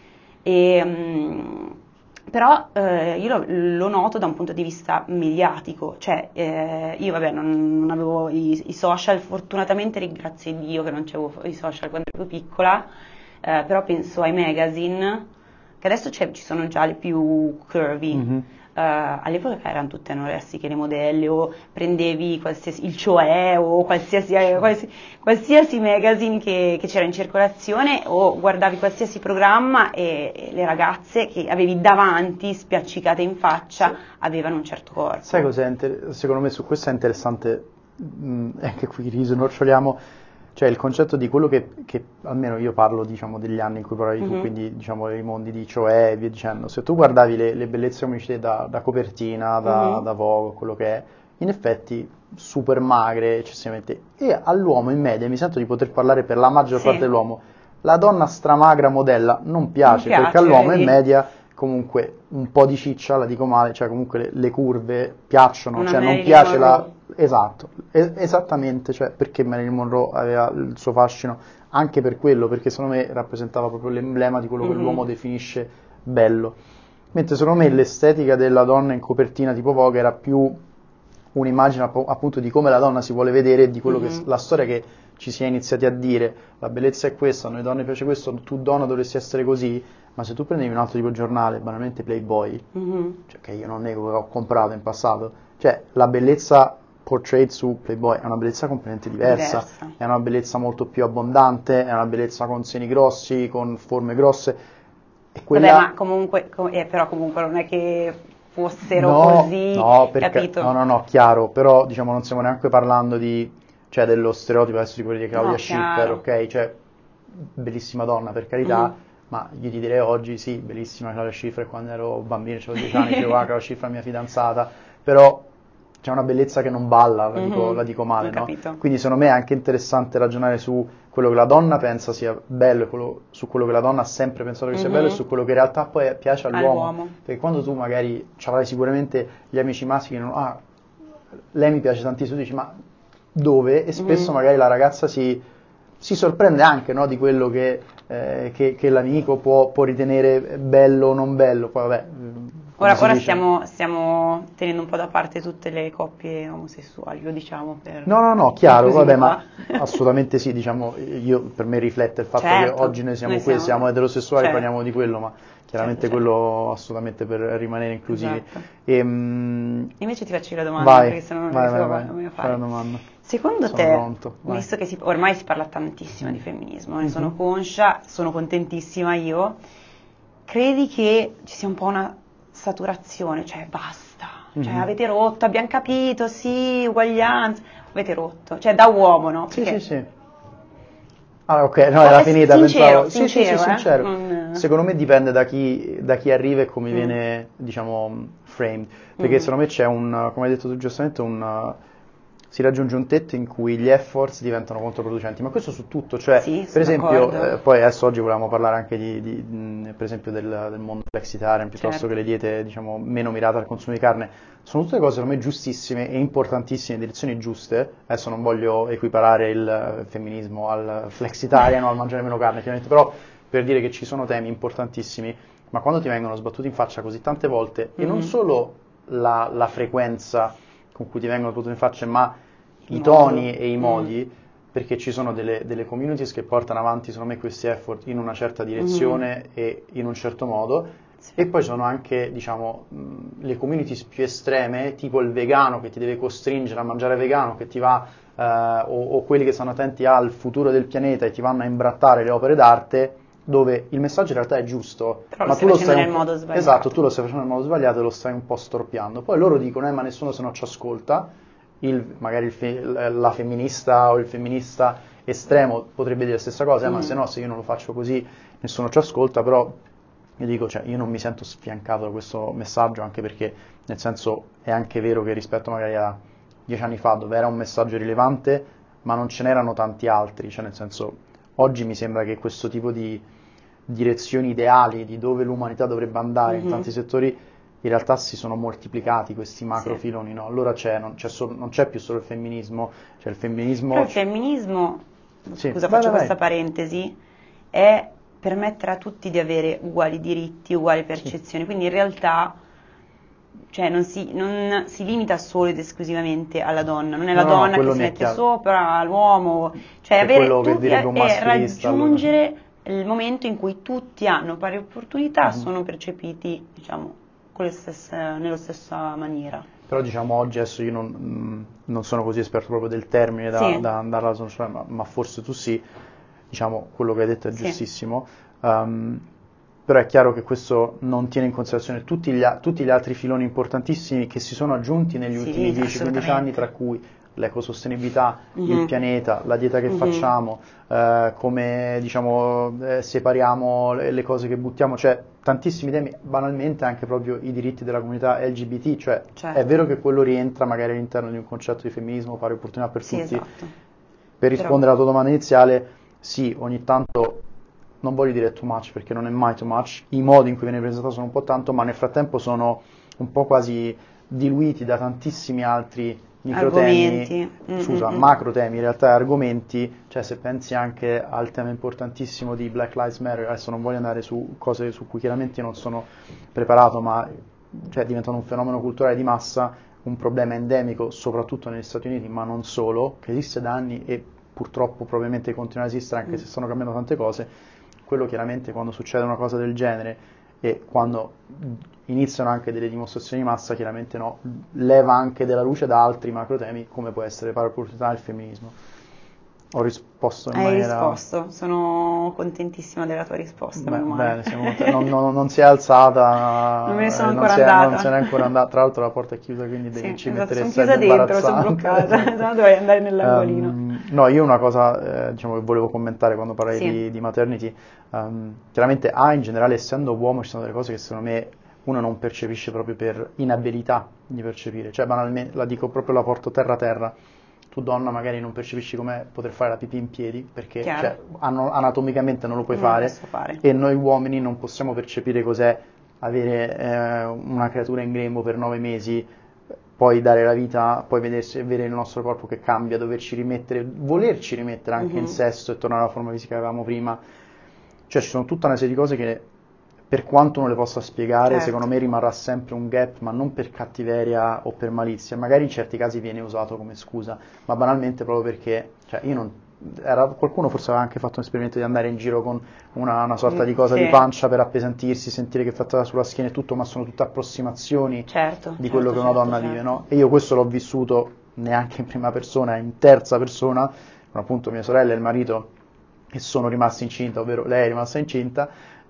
E, mm, però eh, io lo, lo noto da un punto di vista mediatico, cioè eh, io vabbè non, non avevo i, i social, fortunatamente ringrazio Dio che non c'avevo i social quando ero più piccola, eh, però penso ai magazine, che adesso c'è- ci sono già le più curvy. Mhm. Eh, all'epoca erano tutte anoressiche le modelle, o prendevi qualsiasi, il Cioè o qualsiasi, eh, qualsi- qualsiasi magazine che, che c'era in circolazione, o guardavi qualsiasi programma e, e le ragazze che avevi davanti, spiaccicate in faccia, avevano un certo corpo. Sai cos'è? inter- Secondo me su questo è interessante, mh, anche qui risonorcioliamo, cioè il concetto di quello che, che almeno io parlo, diciamo, degli anni in cui parlavi tu, Mhm. quindi diciamo i mondi di Cioè e via dicendo. Se tu guardavi le, le bellezze, come dici te, da, da copertina, da, Mhm. da Vogue, quello che è, in effetti super magre, eccessivamente. E all'uomo in media, mi sento di poter parlare per la maggior Sì. parte dell'uomo, la donna stramagra modella non piace, Non piace, perché all'uomo in vedi? media comunque un po' di ciccia, la dico male, cioè comunque le, le curve piacciono, Una cioè non Marilyn piace la... Monroe. Esatto, es- esattamente, cioè perché Marilyn Monroe aveva il suo fascino, anche per quello, perché secondo me rappresentava proprio l'emblema di quello che Mhm. l'uomo definisce bello. Mentre secondo me l'estetica della donna in copertina tipo Vogue era più un'immagine app- appunto di come la donna si vuole vedere e di quello che Mhm. la storia che ci si è iniziati a dire, la bellezza è questa, a noi donne piace questo, tu donna dovresti essere così, ma se tu prendevi un altro tipo di giornale, banalmente Playboy, Mhm. cioè che io non nego che ho comprato in passato, cioè la bellezza portrait su Playboy è una bellezza completamente diversa, Diversa. è una bellezza molto più abbondante, è una bellezza con seni grossi, con forme grosse, e quella... Vabbè, ma comunque, com- eh, però comunque non è che fossero No, così, no, perché, capito? no, no, no, chiaro, però diciamo non stiamo neanche parlando di, cioè dello stereotipo adesso di quelli di Claudia No, Schiffer, chiaro. ok? Cioè, bellissima donna per carità, Mhm. ma io ti direi oggi sì, bellissima Claudia Schiffer, quando ero bambino, avevo dieci anni, dicevo ah, Claudia Schiffer è mia fidanzata, però c'è una bellezza che non balla, la dico, Mhm. la dico male, Ho no? capito. Quindi secondo me è anche interessante ragionare su quello che la donna pensa sia bello, e quello- su quello che la donna ha sempre pensato che sia Mhm. bello e su quello che in realtà poi piace all'uomo. All'uomo. Perché quando tu magari avrai sicuramente gli amici maschi che non, ah, lei mi piace tantissimo, tu dici ma dove? E spesso Mhm. magari la ragazza si, si sorprende anche, no, di quello che, eh, che, che l'amico può, può ritenere bello o non bello. Poi vabbè, mm, come Ora, si ora dice- stiamo, stiamo tenendo un po' da parte tutte le coppie omosessuali, lo diciamo per... No, no, no, chiaro, vabbè, ma inclusività. assolutamente sì, diciamo, io, per me riflette il fatto Certo, che oggi noi siamo noi qui, siamo- siamo eterosessuali, certo. parliamo di quello, ma chiaramente Certo, quello assolutamente per rimanere inclusivi. Esatto. Ehm, Invece ti faccio la domanda, vai, perché se no non vai, riesco vai, a vai, voglio fai la fare. domanda. Secondo Sono te, pronto, vai. visto che si- ormai si parla tantissimo di femminismo, ne sono Mhm. conscia, sono contentissima io, credi che ci sia un po' una saturazione, cioè basta, cioè Mhm. avete rotto, abbiamo capito, sì, uguaglianza, avete rotto, cioè da uomo, no? Sì, Perché- sì, sì. Ah, ok, no, Oh, era eh, finita, sincero, pensavo. Sì, sì, sì, sincero, eh, sincero. non- Secondo me dipende da chi, da chi arriva e come Mm. viene, diciamo, framed. Perché Mm. secondo me c'è un, come hai detto tu giustamente, un, si raggiunge un tetto in cui gli efforts diventano controproducenti. Ma questo su tutto, cioè, Sì, per sono esempio, d'accordo. eh, poi adesso oggi volevamo parlare anche di, di, mh, per esempio, del, del mondo flexitarian, piuttosto Certo. che le diete, diciamo, meno mirate al consumo di carne. Sono tutte cose secondo me giustissime e importantissime, in direzioni giuste. Adesso non voglio equiparare il eh, femminismo al flexitarian o al mangiare meno carne, chiaramente, però per dire che ci sono temi importantissimi, ma quando ti vengono sbattuti in faccia così tante volte, e non Mhm. solo la, la frequenza con cui ti vengono sbattuti in faccia, ma Il i modo. toni e i Mm. modi, perché ci sono delle, delle communities che portano avanti, secondo me, questi effort in una certa Mhm. direzione e in un certo modo, Sì. E poi sono anche, diciamo, mh, le communities più estreme, tipo il vegano che ti deve costringere a mangiare vegano, che ti va, eh, o, o quelli che sono attenti al futuro del pianeta e ti vanno a imbrattare le opere d'arte, dove il messaggio in realtà è giusto, Però ma lo tu lo stai stai facendo un nel po', modo sbagliato. esatto, tu lo stai facendo nel modo sbagliato e lo stai un po' storpiando. Poi loro dicono, eh, ma nessuno se non ci ascolta, il, magari il fe- la femminista o il femminista estremo potrebbe dire la stessa cosa, eh, Mm. ma se no, se io non lo faccio così nessuno ci ascolta. Però io dico, cioè, io non mi sento sfiancato da questo messaggio, anche perché, nel senso, è anche vero che rispetto magari a dieci anni fa, dove era un messaggio rilevante, ma non ce n'erano tanti altri, cioè nel senso, oggi mi sembra che questo tipo di direzioni ideali di dove l'umanità dovrebbe andare in Mhm. tanti settori, in realtà si sono moltiplicati questi macro Sì. filoni, no? Allora c'è, non c'è, solo- non c'è più solo il femminismo, c'è il femminismo... Però il femminismo, Sì, scusa, vai, faccio vai, questa vai. parentesi, è permettere a tutti di avere uguali diritti, uguali percezioni, quindi in realtà, cioè, non si, non si limita solo ed esclusivamente alla donna, non è la No, no, donna che quello si mi è mette chiaro. sopra l'uomo, cioè Che è avere quello che tutti direbbe un è maschilista, allora. raggiungere il momento in cui tutti hanno pari opportunità, Mhm. sono percepiti, diciamo, con le stesse, nella stessa maniera. Però diciamo oggi, adesso io non, mh, non sono così esperto proprio del termine da, Sì. da andare a snocciolar, ma, ma forse tu sì, diciamo quello che hai detto è Sì. giustissimo. Um, però è chiaro che questo non tiene in considerazione tutti gli, a- tutti gli altri filoni importantissimi che si sono aggiunti negli Sì, ultimi dieci quindici anni, assolutamente. tra cui l'ecosostenibilità, il Mhm. pianeta, la dieta che Mhm. facciamo, eh, come diciamo eh, separiamo le, le cose che buttiamo, cioè tantissimi temi, banalmente anche proprio i diritti della comunità L G B T, cioè Certo. è vero che quello rientra magari all'interno di un concetto di femminismo, pari opportunità per Sì, tutti. esatto. Per rispondere alla tua domanda iniziale, sì, ogni tanto, non voglio dire too much perché non è mai too much, i modi in cui viene presentato sono un po' tanto, ma nel frattempo sono un po' quasi diluiti da tantissimi altri microtemi, Argomenti. Mm, scusa, mm, mm. macro temi, in realtà argomenti, cioè se pensi anche al tema importantissimo di Black Lives Matter, adesso non voglio andare su cose su cui chiaramente non sono preparato, ma cioè, diventano un fenomeno culturale di massa, un problema endemico soprattutto negli Stati Uniti, ma non solo, che esiste da anni e purtroppo probabilmente continua ad esistere anche Mm. se stanno cambiando tante cose. Quello chiaramente quando succede una cosa del genere e quando iniziano anche delle dimostrazioni di massa, chiaramente no, leva anche della luce da altri macro temi come può essere pari opportunità e il femminismo. Ho risposto in Hai maniera... risposto, sono contentissima della tua risposta, Beh, meno male. bene, siamo contenti. non, non- non si è alzata, Non me ne sono eh, non ancora si è- andata. non se n'è ancora andata. Tra l'altro la porta è chiusa, quindi Sì, devi- ci esatto, mettere sono il chiusa sede dentro, sono imbarazzante. bloccata, sennò dovrei andare nell'angolino. Ehm, no, io una cosa eh, diciamo, che volevo commentare quando parlai Sì. di, di maternity, ehm, chiaramente A in generale, essendo uomo, ci sono delle cose che secondo me uno non percepisce proprio per inabilità di percepire, cioè banalmente la dico proprio, la porto terra terra. Tu donna magari non percepisci come poter fare la pipì in piedi perché Chiaro. cioè, anno- anatomicamente non lo puoi Non lo fare, posso fare. e noi uomini non possiamo percepire cos'è avere eh, una creatura in grembo per nove mesi, poi dare la vita, poi vedersi, vedere il nostro corpo che cambia, doverci rimettere, volerci rimettere anche in Mhm. sesto e tornare alla forma fisica che avevamo prima. Cioè ci sono tutta una serie di cose che per quanto non le possa spiegare, Certo. secondo me rimarrà sempre un gap, ma non per cattiveria o per malizia. Magari in certi casi viene usato come scusa, ma banalmente proprio perché, cioè io non, era, qualcuno forse aveva anche fatto un esperimento di andare in giro con una, una sorta di cosa Sì. di pancia per appesantirsi, sentire che fattava sulla schiena e tutto, ma sono tutte approssimazioni Certo, di certo, quello che una certo, donna certo. vive, no? E io questo l'ho vissuto neanche in prima persona, in terza persona, con appunto mia sorella e il marito che sono rimasti incinta, ovvero lei è rimasta incinta,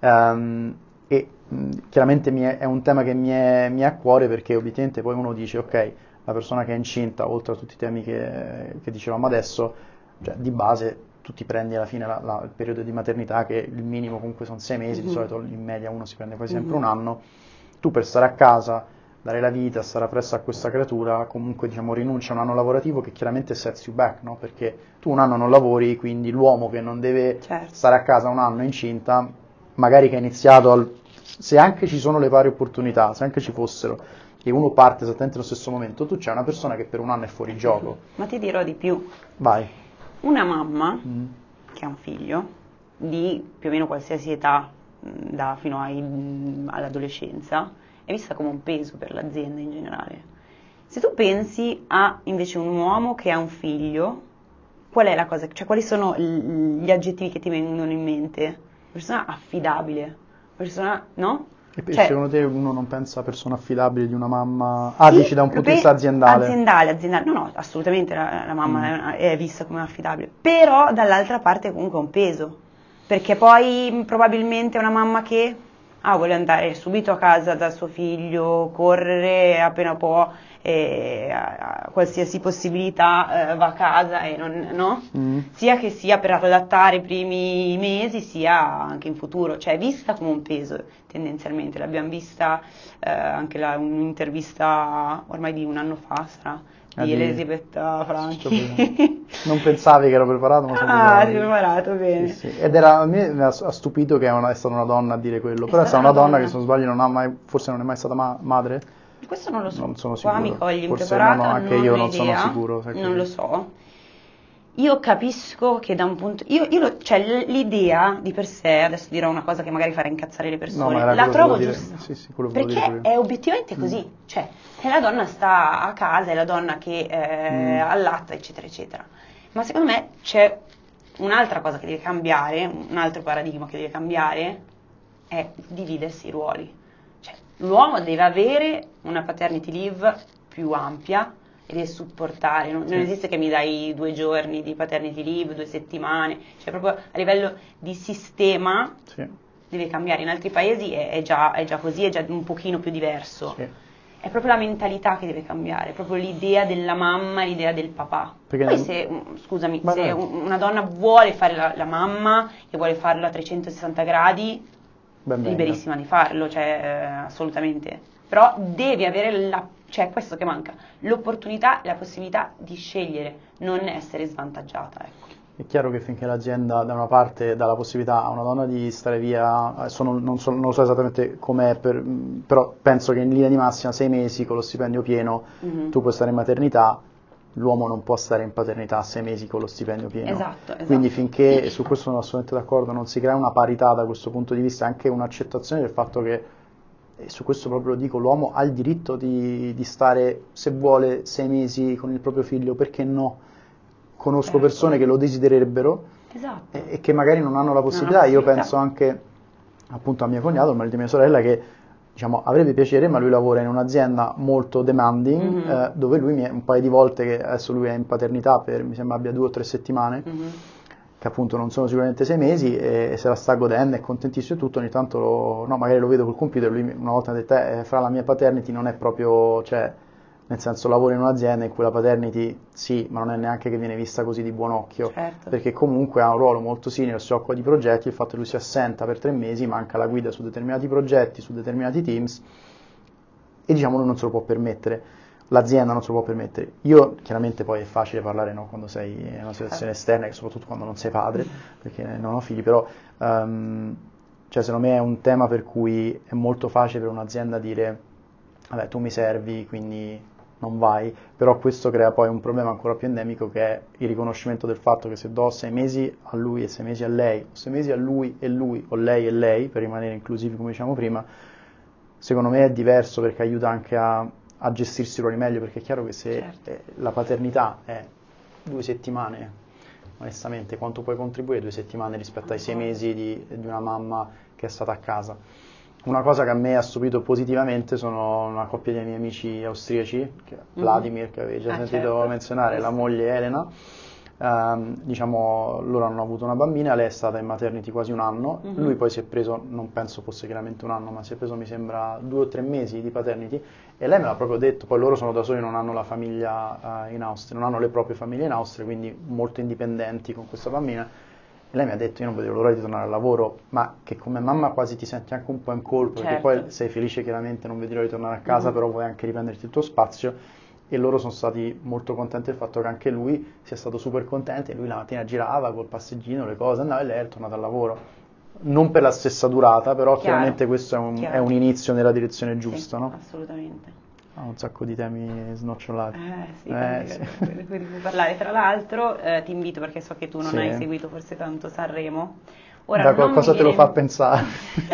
ehm, e mh, chiaramente mi è, è un tema che mi è, mi è a cuore, perché obiettivamente poi uno dice, ok, la persona che è incinta, oltre a tutti i temi che, che dicevamo adesso, cioè di base tu ti prendi alla fine la- la- il periodo di maternità, che il minimo comunque sono sei mesi, di Mhm. solito in media uno si prende quasi sempre Mhm. un anno, tu per stare a casa, dare la vita, stare appresso a questa creatura, comunque diciamo rinuncia a un anno lavorativo che chiaramente sets you back, no? Perché tu un anno non lavori, quindi l'uomo che non deve Certo. stare a casa un anno incinta, magari che ha iniziato, al, se anche ci sono le pari opportunità, se anche ci fossero, e uno parte esattamente allo stesso momento, tu c'è una persona che per un anno è fuori gioco. Ma ti dirò di più. Vai. Una mamma Mm. che ha un figlio di più o meno qualsiasi età, mh, da fino ai- mh, all'adolescenza, è vista come un peso per l'azienda in generale. Se tu pensi a invece un uomo che ha un figlio, qual è la cosa, cioè quali sono l- gli aggettivi che ti vengono in mente? Una persona affidabile, una persona, no? E Cioè, secondo te uno non pensa a persona affidabile di una mamma? Ah, sì, dici da un punto di vista aziendale? Aziendale, aziendale. No, no, assolutamente la, la mamma Mm. è, è vista come affidabile. Però dall'altra parte comunque è un peso. Perché poi probabilmente è una mamma che ah, vuole andare subito a casa da suo figlio, correre appena può, e a, a qualsiasi possibilità eh, va a casa e non, no? Mm. Sia che sia per adattare i primi mesi, sia anche in futuro, cioè è vista come un peso tendenzialmente. L'abbiamo vista eh, anche la, un'intervista ormai di un anno fa, sarà, Ah, di di- Elisabetta Franchi. Non pensavi che ero preparato, ma sono Ah, preparato. ti ho preparato bene. Sì, sì. Ed era, a me mi ha ha stupito che è, una- è stata una donna a dire quello, però è stata una donna che, se non sbaglio, non ha mai, forse non è mai stata ma- madre? Questo non lo so. Non sono Qua sicuro. mi cogli Forse impreparata, no, no, anche non io ho non sono idea, sicuro, sai non che- lo so. Io capisco che da un punto... Io, io lo- cioè, l- l'idea di per sé, adesso dirò una cosa che magari farà incazzare le No, persone, ma era la quello che trovo volevo dire. giusta. Sì, sì, quello che volevo Perché dire pure è io. obiettivamente così. Mm. Cioè, è la donna sta a casa, è la donna che eh, Mm. allatta, eccetera, eccetera. Ma secondo me c'è un'altra cosa che deve cambiare, un altro paradigma che deve cambiare, è dividersi i ruoli. Cioè, l'uomo deve avere una paternity leave più ampia e deve supportare, non, Sì. non esiste che mi dai due giorni di paternity leave, due settimane, cioè proprio a livello di sistema Sì, deve cambiare. In altri paesi è, è già, è già così, è già un pochino più diverso. sì. È proprio la mentalità che deve cambiare, proprio l'idea della mamma e l'idea del papà. Perché Poi nel- se, scusami, Ma se no. un- una donna vuole fare la, la mamma e vuole farlo a trecentosessanta gradi, Ben venga. liberissima di farlo, cioè eh, assolutamente. Però devi avere la, cioè questo che manca, l'opportunità e la possibilità di scegliere, non essere svantaggiata, ecco. È chiaro che finché l'azienda da una parte dà la possibilità a una donna di stare via, adesso non, non so, non lo so esattamente com'è, per- però penso che in linea di massima sei mesi con lo stipendio pieno Mhm. tu puoi stare in maternità, l'uomo non può stare in paternità sei mesi con lo stipendio pieno. Esatto, esatto. Quindi finché, e su questo sono assolutamente d'accordo, non si crea una parità da questo punto di vista, anche un'accettazione del fatto che, e su questo proprio lo dico, l'uomo ha il diritto di, di stare, se vuole, sei mesi con il proprio figlio, perché no? Conosco Certo. persone che lo desidererebbero Esatto. e, e che magari non hanno la possibilità. Non hanno Io possibilità. penso anche appunto a mio cognato, il marito di mia sorella, che diciamo avrebbe piacere, ma lui lavora in un'azienda molto demanding, Mhm. eh, dove lui mi è, un paio di volte, che adesso lui è in paternità per, mi sembra abbia due o tre settimane, Mhm. che appunto non sono sicuramente sei mesi, e se la sta godendo, è contentissimo e tutto. Ogni tanto lo, no, magari lo vedo col computer, lui mi- una volta mi ha detto, eh, fra la mia paternity non è proprio, cioè, nel senso, lavoro in un'azienda in cui la paternity sì, ma non è neanche che viene vista così di buon occhio, Certo. perché comunque ha un ruolo molto senior, si occupa di progetti, il fatto che lui si assenta per tre mesi, manca la guida su determinati progetti, su determinati teams, e diciamo lui non se lo può permettere, l'azienda non se lo può permettere. Io, chiaramente poi è facile parlare, no, quando sei in una situazione esterna, e soprattutto quando non sei padre, perché non ho figli, però ehm, cioè secondo me è un tema per cui è molto facile per un'azienda dire vabbè, tu mi servi, quindi non vai, però questo crea poi un problema ancora più endemico, che è il riconoscimento del fatto che se do sei mesi a lui e sei mesi a lei, o sei mesi a lui e lui, o lei e lei, per rimanere inclusivi come diciamo prima, secondo me è diverso, perché aiuta anche a, a gestirsi i ruoli meglio, perché è chiaro che se Certo. eh, la paternità è due settimane, onestamente quanto puoi contribuire due settimane rispetto ai sei mesi di, di una mamma che è stata a casa? Una cosa che a me ha stupito positivamente sono una coppia di miei amici austriaci, che Vladimir, che avevi già Ah, sentito certo. menzionare, la moglie Elena. Ehm, diciamo, loro hanno avuto una bambina, lei è stata in maternity quasi un anno, Mhm. lui poi si è preso, non penso fosse chiaramente un anno, ma si è preso mi sembra due o tre mesi di paternity, e lei me l'ha proprio detto. Poi loro sono da soli, non hanno la famiglia eh, in Austria, non hanno le proprie famiglie in Austria, quindi molto indipendenti con questa bambina. E lei mi ha detto, io non vedevo l'ora di tornare al lavoro, ma che come mamma quasi ti senti anche un po' in colpa, perché Certo. poi sei felice chiaramente, non vedi l'ora di tornare a casa, Mhm. però vuoi anche riprenderti il tuo spazio, e loro sono stati molto contenti del fatto che anche lui sia stato super contento, e lui la mattina girava col passeggino, le cose, andava, e lei è tornata al lavoro. Non per la stessa durata, però Chiaro. chiaramente questo è un, Chiaro. è un inizio nella direzione giusta, Sì, no? assolutamente. Ha un sacco di temi snocciolati. Eh sì, Eh, di sì. cui devo parlare. Tra l'altro eh, ti invito, perché so che tu non Sì. hai seguito forse tanto Sanremo. Ora Da non cosa mi te lo viene fa in- pensare?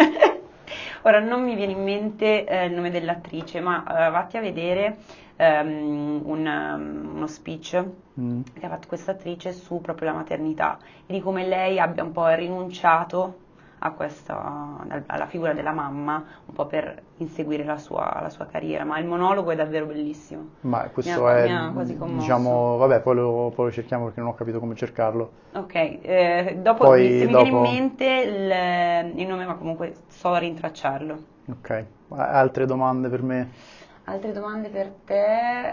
Ora non mi viene in mente eh, il nome dell'attrice, ma eh, vatti a vedere ehm, un, um, uno speech Mm. che ha fatto questa attrice su proprio la maternità e di come lei abbia un po' rinunciato a questa, alla figura della mamma, un po' per inseguire la sua, la sua carriera, ma il monologo è davvero bellissimo. Ma questo mi ha, è, mi ha quasi commosso. diciamo, vabbè, poi lo, poi lo cerchiamo perché non ho capito come cercarlo. Ok, eh, dopo Poi, se mi dopo... viene in mente il, il nome, ma comunque so rintracciarlo. Ok, altre domande per me? Altre domande per te?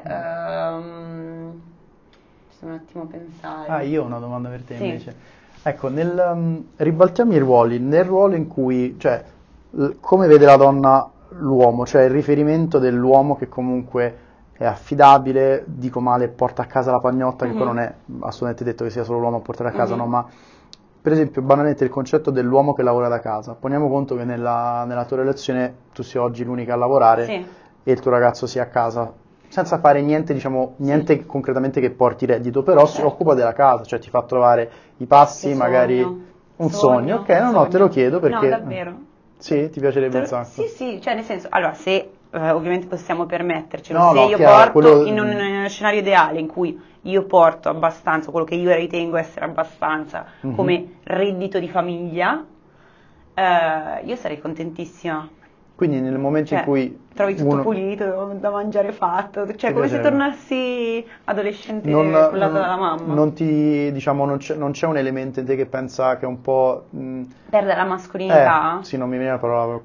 Um, sto un attimo a pensare. Ah, io ho una domanda per te sì. invece. Ecco, nel, um, ribaltiamo i ruoli, nel ruolo in cui, cioè, l- come vede la donna l'uomo, cioè il riferimento dell'uomo che comunque è affidabile, dico male, porta a casa la pagnotta, mm-hmm. che poi non è assolutamente detto che sia solo l'uomo a portare a casa, mm-hmm. no, ma per esempio banalmente il concetto dell'uomo che lavora da casa. Poniamo conto che nella, nella tua relazione tu sia oggi l'unica a lavorare, sì. e il tuo ragazzo sia a casa, senza fare niente, diciamo, niente sì. concretamente che porti reddito, però certo. si occupa della casa, cioè ti fa trovare i passi, che magari sogno. un sogno, sogno. ok, no, sogno. no, te lo chiedo perché... No, davvero. Sì, ti piacerebbe lo... un sacco? Sì, sì, cioè nel senso, allora se eh, ovviamente possiamo permettercelo, no, se no, io chiaro, porto quello... in un, in uno scenario ideale in cui io porto abbastanza, quello che io ritengo essere abbastanza mm-hmm. come reddito di famiglia, eh, io sarei contentissima. Quindi nel momento cioè, in cui trovi tutto uno... pulito, da mangiare fatto, cioè come se tornassi adolescente non, cullata non, dalla mamma. Non ti, diciamo, non c'è, non c'è un elemento in te che pensa che un po'... Mh... perde la mascolinità? Eh, sì, non mi viene la parola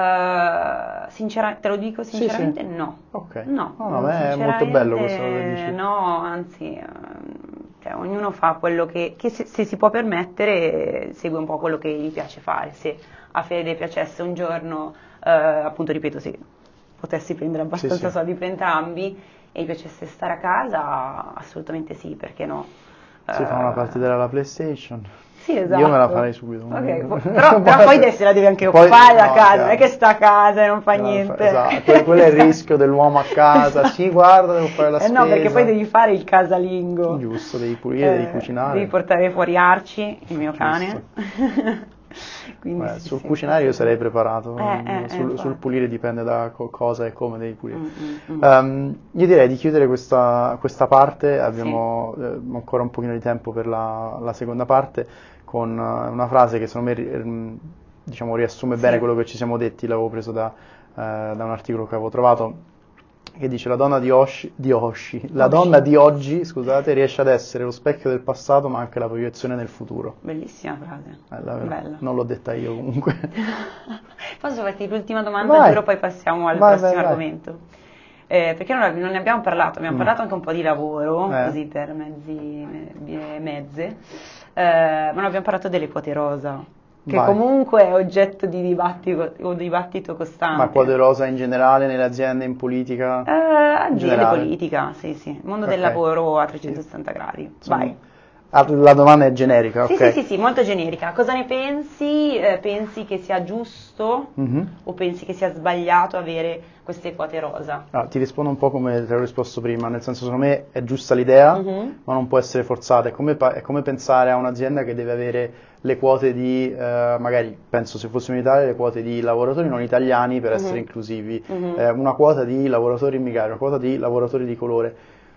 per uh, Sinceramente, te lo dico sinceramente, sì, sì. no. Ok. No, no, no è molto bello questo che dici. No, anzi, cioè, ognuno fa quello che, che se, se si può permettere, segue un po' quello che gli piace fare. Se a Fede piacesse un giorno... Uh, appunto ripeto, se potessi prendere abbastanza sì, sì. soldi per entrambi e gli piacesse stare a casa, assolutamente sì, perché no? Si uh, fa una partita della PlayStation. Sì, esatto. Io me la farei subito. Okay, però, però poi se la devi anche poi, occupare no, la casa, chiaro. Non è che sta a casa e non fa no, niente. Esatto, quello, quello è il rischio dell'uomo a casa. Sì, guarda, devo fare la eh spesa. No, perché poi devi fare il casalingo. Giusto, devi pulire, eh, devi cucinare. Devi portare fuori Arci, il mio Giusto. cane. Quindi Beh, sì, sul sì, cucinare io sarei sì. preparato, eh, eh, sul, eh, sul pulire dipende da co- cosa e come devi pulire. Mm, mm, mm. Um, io direi di chiudere questa, questa parte, abbiamo sì. eh, ancora un pochino di tempo per la, la seconda parte, con uh, una frase che secondo me eh, diciamo, riassume sì. bene quello che ci siamo detti, l'avevo preso da, uh, da un articolo che avevo trovato, che dice la donna di Oshi, di Oshi, la Oshi. donna di oggi, scusate, riesce ad essere lo specchio del passato ma anche la proiezione del futuro. Bellissima frase. Eh, Bella. Non l'ho detta io comunque. Posso farti l'ultima domanda, vai. giuro, poi passiamo al vai, prossimo vai, argomento. Eh, perché non, non ne abbiamo parlato, abbiamo mm. parlato anche un po' di lavoro, eh. così per mezzi e mezze, eh, ma non abbiamo parlato delle quote rosa. Che Vai. comunque è oggetto di dibattito, o dibattito costante. Ma quote rosa in generale, nelle aziende, in politica? Eh, aziende, politica, sì, sì. Il mondo okay. del lavoro a trecentosessanta gradi. Sono... Vai. Ah, la domanda è generica, sì, ok? Sì, sì, sì, molto generica. Cosa ne pensi? Eh, pensi che sia giusto mm-hmm. o pensi che sia sbagliato avere queste quote rosa? Ah, ti rispondo un po' come ti ho risposto prima, nel senso secondo me è giusta l'idea, mm-hmm. ma non può essere forzata. È come, è come pensare a un'azienda che deve avere le quote di, eh, magari penso se fossimo in Italia, le quote di lavoratori non italiani per mm-hmm. essere inclusivi, mm-hmm. eh, una quota di lavoratori immigrati, una quota di lavoratori di colore.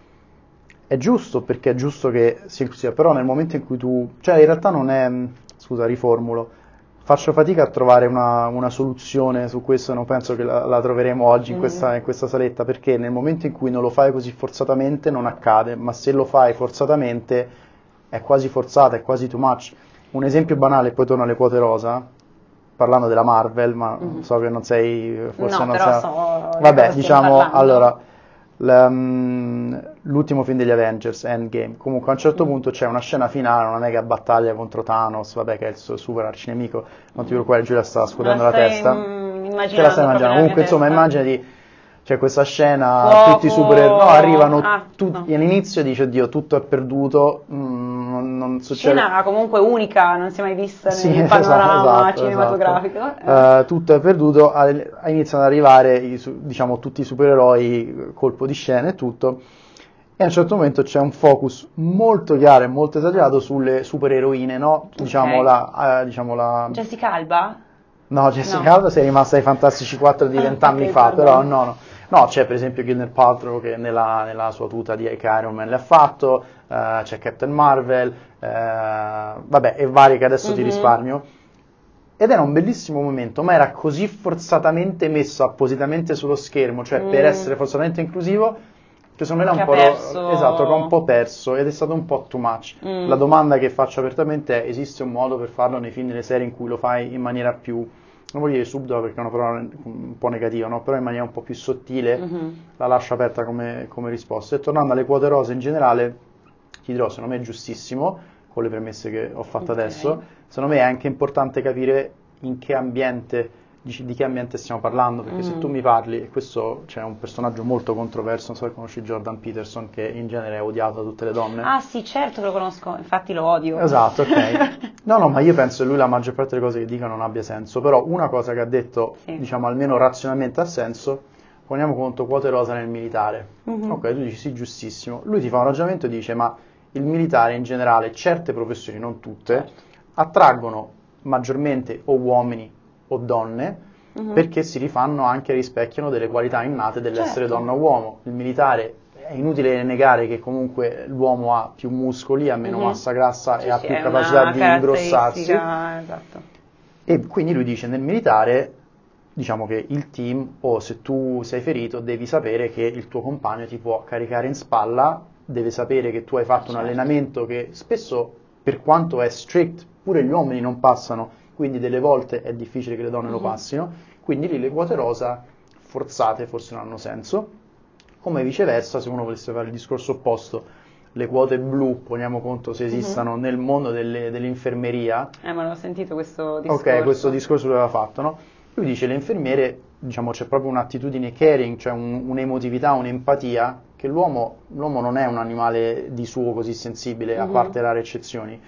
È giusto perché è giusto che sia inclusiva, però nel momento in cui tu, cioè in realtà non è, scusa riformulo, faccio fatica a trovare una, una soluzione su questo, non penso che la, la troveremo oggi in, mm-hmm. questa, in questa saletta, perché nel momento in cui non lo fai così forzatamente non accade, ma se lo fai forzatamente è quasi forzata, è quasi too much. Un esempio banale, poi torno alle quote rosa, parlando della Marvel, ma mm-hmm. so che non sei, forse no, non però sa... so Vabbè, diciamo, parlando. allora... l'ultimo film degli Avengers, Endgame, comunque a un certo mm. punto c'è una scena finale, una mega battaglia contro Thanos, vabbè che è il suo super arcinemico, non ti preoccupare, Giulia sta scudando la testa, te la stai mangiando, comunque insomma immaginati, c'è questa scena, Fuoco. tutti i supereroi, no arrivano, ah, tu, no. all'inizio dice oddio tutto è perduto, mm, non, non succede... Scena comunque unica, non si è mai vista sì, nel panorama esatto, cinematografico. Esatto. Eh. Uh, tutto è perduto, iniziano ad arrivare i, diciamo, tutti i supereroi, colpo di scena e tutto, e a un certo momento c'è un focus molto chiaro e molto esagerato sulle supereroine, no? Okay. Diciamo, la, uh, diciamo la... Jessica Alba? No, Jessica no. Alba sei rimasta ai Fantastici quattro di vent'anni okay, fa, pardon. però no, no. No, c'è per esempio Gwyneth Paltrow che nella, nella sua tuta di Iron Man l'ha fatto, uh, c'è Captain Marvel, uh, vabbè, e vari che adesso mm-hmm. ti risparmio. ed era un bellissimo momento, ma era così forzatamente messo appositamente sullo schermo, cioè Mm. per essere forzatamente inclusivo, che secondo me l'ha un Che po', ha perso- esatto, che ha un po' perso ed è stato un po' too much. Mm. La domanda che faccio apertamente è: esiste un modo per farlo nei film e nelle serie in cui lo fai in maniera più, non voglio dire subdola perché è una parola un po' negativa, no? Però in maniera un po' più sottile, Mhm. la lascio aperta come, come risposta. E tornando alle quote rosa in generale, ti dirò, secondo me è giustissimo, con le premesse che ho fatto Ok. adesso. Secondo me è anche importante capire in che ambiente, di, di che ambiente stiamo parlando, perché se Mm. tu mi parli, e questo c'è un personaggio molto controverso, non so se conosci Jordan Peterson, che in genere è odiato da tutte le donne. Ah sì, certo che lo conosco, infatti lo odio. Esatto, ok. No, no, ma io penso che lui la maggior parte delle cose che dica non abbia senso, però una cosa che ha detto, Sì. diciamo almeno razionalmente ha senso, poniamo conto quote rosa nel militare. Mhm. Ok, tu dici sì, giustissimo. Lui ti fa un ragionamento e dice: ma il militare in generale, certe professioni, non tutte, Certo. attraggono maggiormente o uomini o donne, Mhm. perché si rifanno anche, rispecchiano delle qualità innate dell'essere Certo. donna o uomo. Il militare, è inutile negare che comunque l'uomo ha più muscoli, ha meno Mhm. massa grassa Sì, e ha sì, più è capacità una di ingrossarsi. caratteristica, esatto. E quindi lui dice: nel militare, diciamo che il team, o se tu sei ferito, devi sapere che il tuo compagno ti può caricare in spalla, deve sapere che tu hai fatto un Certo. allenamento che spesso, per quanto è strict, pure gli uomini non passano, quindi delle volte è difficile che le donne lo Mhm. passino, quindi lì le quote rosa forzate forse non hanno senso. Come viceversa, se uno volesse fare il discorso opposto, le quote blu, poniamo conto se esistano nel mondo delle- dell'infermeria. Eh, ma l'ho sentito questo discorso. Ok, questo discorso lo aveva fatto, no? Lui dice: le infermiere, diciamo, c'è proprio un'attitudine caring, cioè un- un'emotività, un'empatia, che l'uomo, l'uomo non è un animale di suo così sensibile, a Mhm. parte rare eccezioni.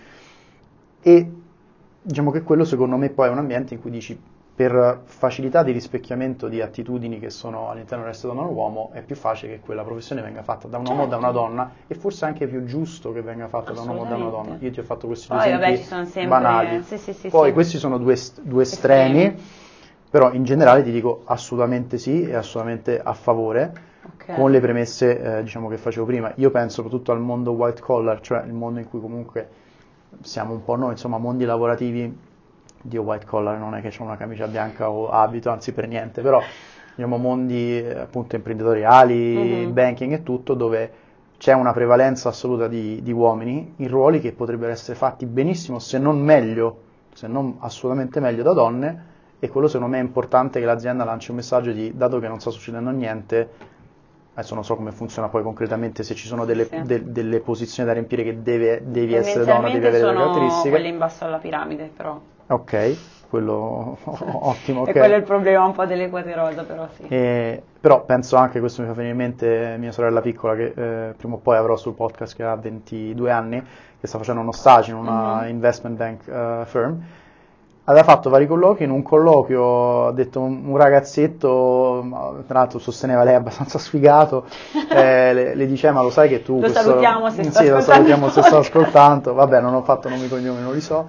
E diciamo che quello secondo me poi è un ambiente in cui dici, per facilità di rispecchiamento di attitudini che sono all'interno dell'essere donna o uomo, è più facile che quella professione venga fatta da un uomo o da una Certo. donna, e forse anche più giusto che venga fatta da un uomo o da una donna. Assolutamente. Io ti ho fatto questi due Poi, esempi vabbè, ci sono sempre- banali. sì, sì, sì, Poi sì. questi sono due, est- due estremi, Estremi. però in generale ti dico assolutamente sì e assolutamente a favore, Ok. con le premesse eh, diciamo che facevo prima. Io penso soprattutto al mondo white collar, cioè il mondo in cui comunque siamo un po' noi, insomma, mondi lavorativi. Dio, white collar non è che c'ho una camicia bianca o abito, anzi per niente, però diciamo mondi eh, appunto imprenditoriali, Mhm. banking e tutto, dove c'è una prevalenza assoluta di, di uomini in ruoli che potrebbero essere fatti benissimo, se non meglio, se non assolutamente meglio da donne, e quello secondo me è importante che l'azienda lanci un messaggio di: dato che non sta succedendo niente, adesso non so come funziona poi concretamente, se ci sono delle, Sì. de- delle posizioni da riempire che deve, devi essere donna, devi Tendenzialmente avere delle sono caratteristiche. quelle in basso alla piramide, però. Ok, quello ottimo, ok. E quello è il problema un po' delle quote rosa, però sì. E- però penso anche, questo mi fa venire in mente mia sorella piccola, che eh, prima o poi avrò sul podcast, che ha ventidue anni, che sta facendo uno stage in una Mhm. investment bank eh, firm. Aveva fatto vari colloqui, in un colloquio ha detto un, un ragazzetto, ma tra l'altro sosteneva lei abbastanza sfigato, eh, le, le diceva: ma lo sai che tu... Lo questo... salutiamo se sta Sì, lo ascoltando salutiamo il se sta podcast." ascoltando, vabbè, non ho fatto nomi e cognomi, non li so.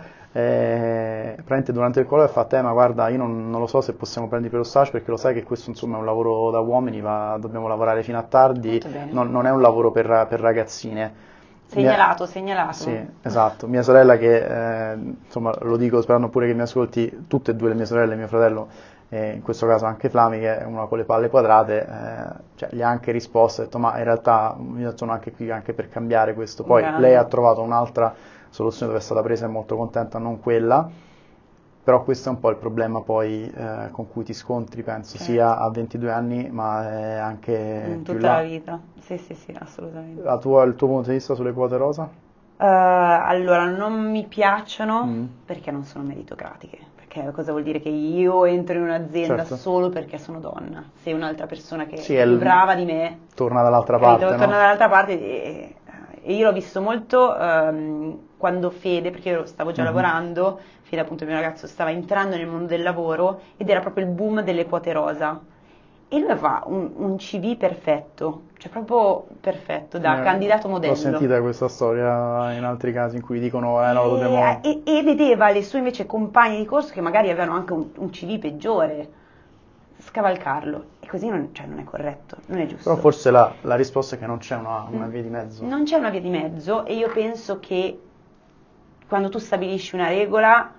Eh, praticamente durante il colloquio ha fatto: eh, ma guarda, io non, non lo so se possiamo prendere per lo stage, perché lo sai che questo insomma è un lavoro da uomini, va- dobbiamo lavorare fino a tardi, Molto bene. non, non è un lavoro per, per ragazzine. Segnalato, segnalato. Sì, esatto. Mia sorella, che eh, insomma, lo dico sperando pure che mi ascolti, tutte e due le mie sorelle e mio fratello, e in questo caso anche Flami, che è una con le palle quadrate, eh, cioè, gli ha anche risposto, ha detto: ma in realtà io sono anche qui anche per cambiare questo. Poi Grande. lei ha trovato un'altra soluzione dove è stata presa, è molto contenta, non quella. Però questo è un po' il problema poi eh, con cui ti scontri, penso, Certo. sia a ventidue anni, ma eh, anche In più tutta là. la vita. Sì, sì, sì, assolutamente. La tua- il tuo punto di vista sulle quote rosa? Eh, allora, non mi piacciono Mm. perché non sono meritocratiche. Perché cosa vuol dire? Che io entro in un'azienda Certo. solo perché sono donna. Se un'altra persona che Sì, è è più il- brava di me, Torna dall'altra capito? parte, Torna no? dall'altra parte e, e io l'ho visto molto ehm, quando Fede, perché io stavo già Mhm. lavorando, Fede appunto il mio ragazzo stava entrando nel mondo del lavoro ed era proprio il boom delle quote rosa. E lui fa un, un C V perfetto, cioè proprio perfetto, da Ne- candidato modello. L'ho sentita questa storia in altri casi in cui dicono: eh no, lo dobbiamo... E, e- e vedeva le sue invece compagne di corso che magari avevano anche un, un C V peggiore, scavalcarlo. E così non, cioè, non è corretto, non è giusto. Però forse la, la risposta è che non c'è una, una Mm. via di mezzo. Non c'è una via di mezzo e io penso che quando tu stabilisci una regola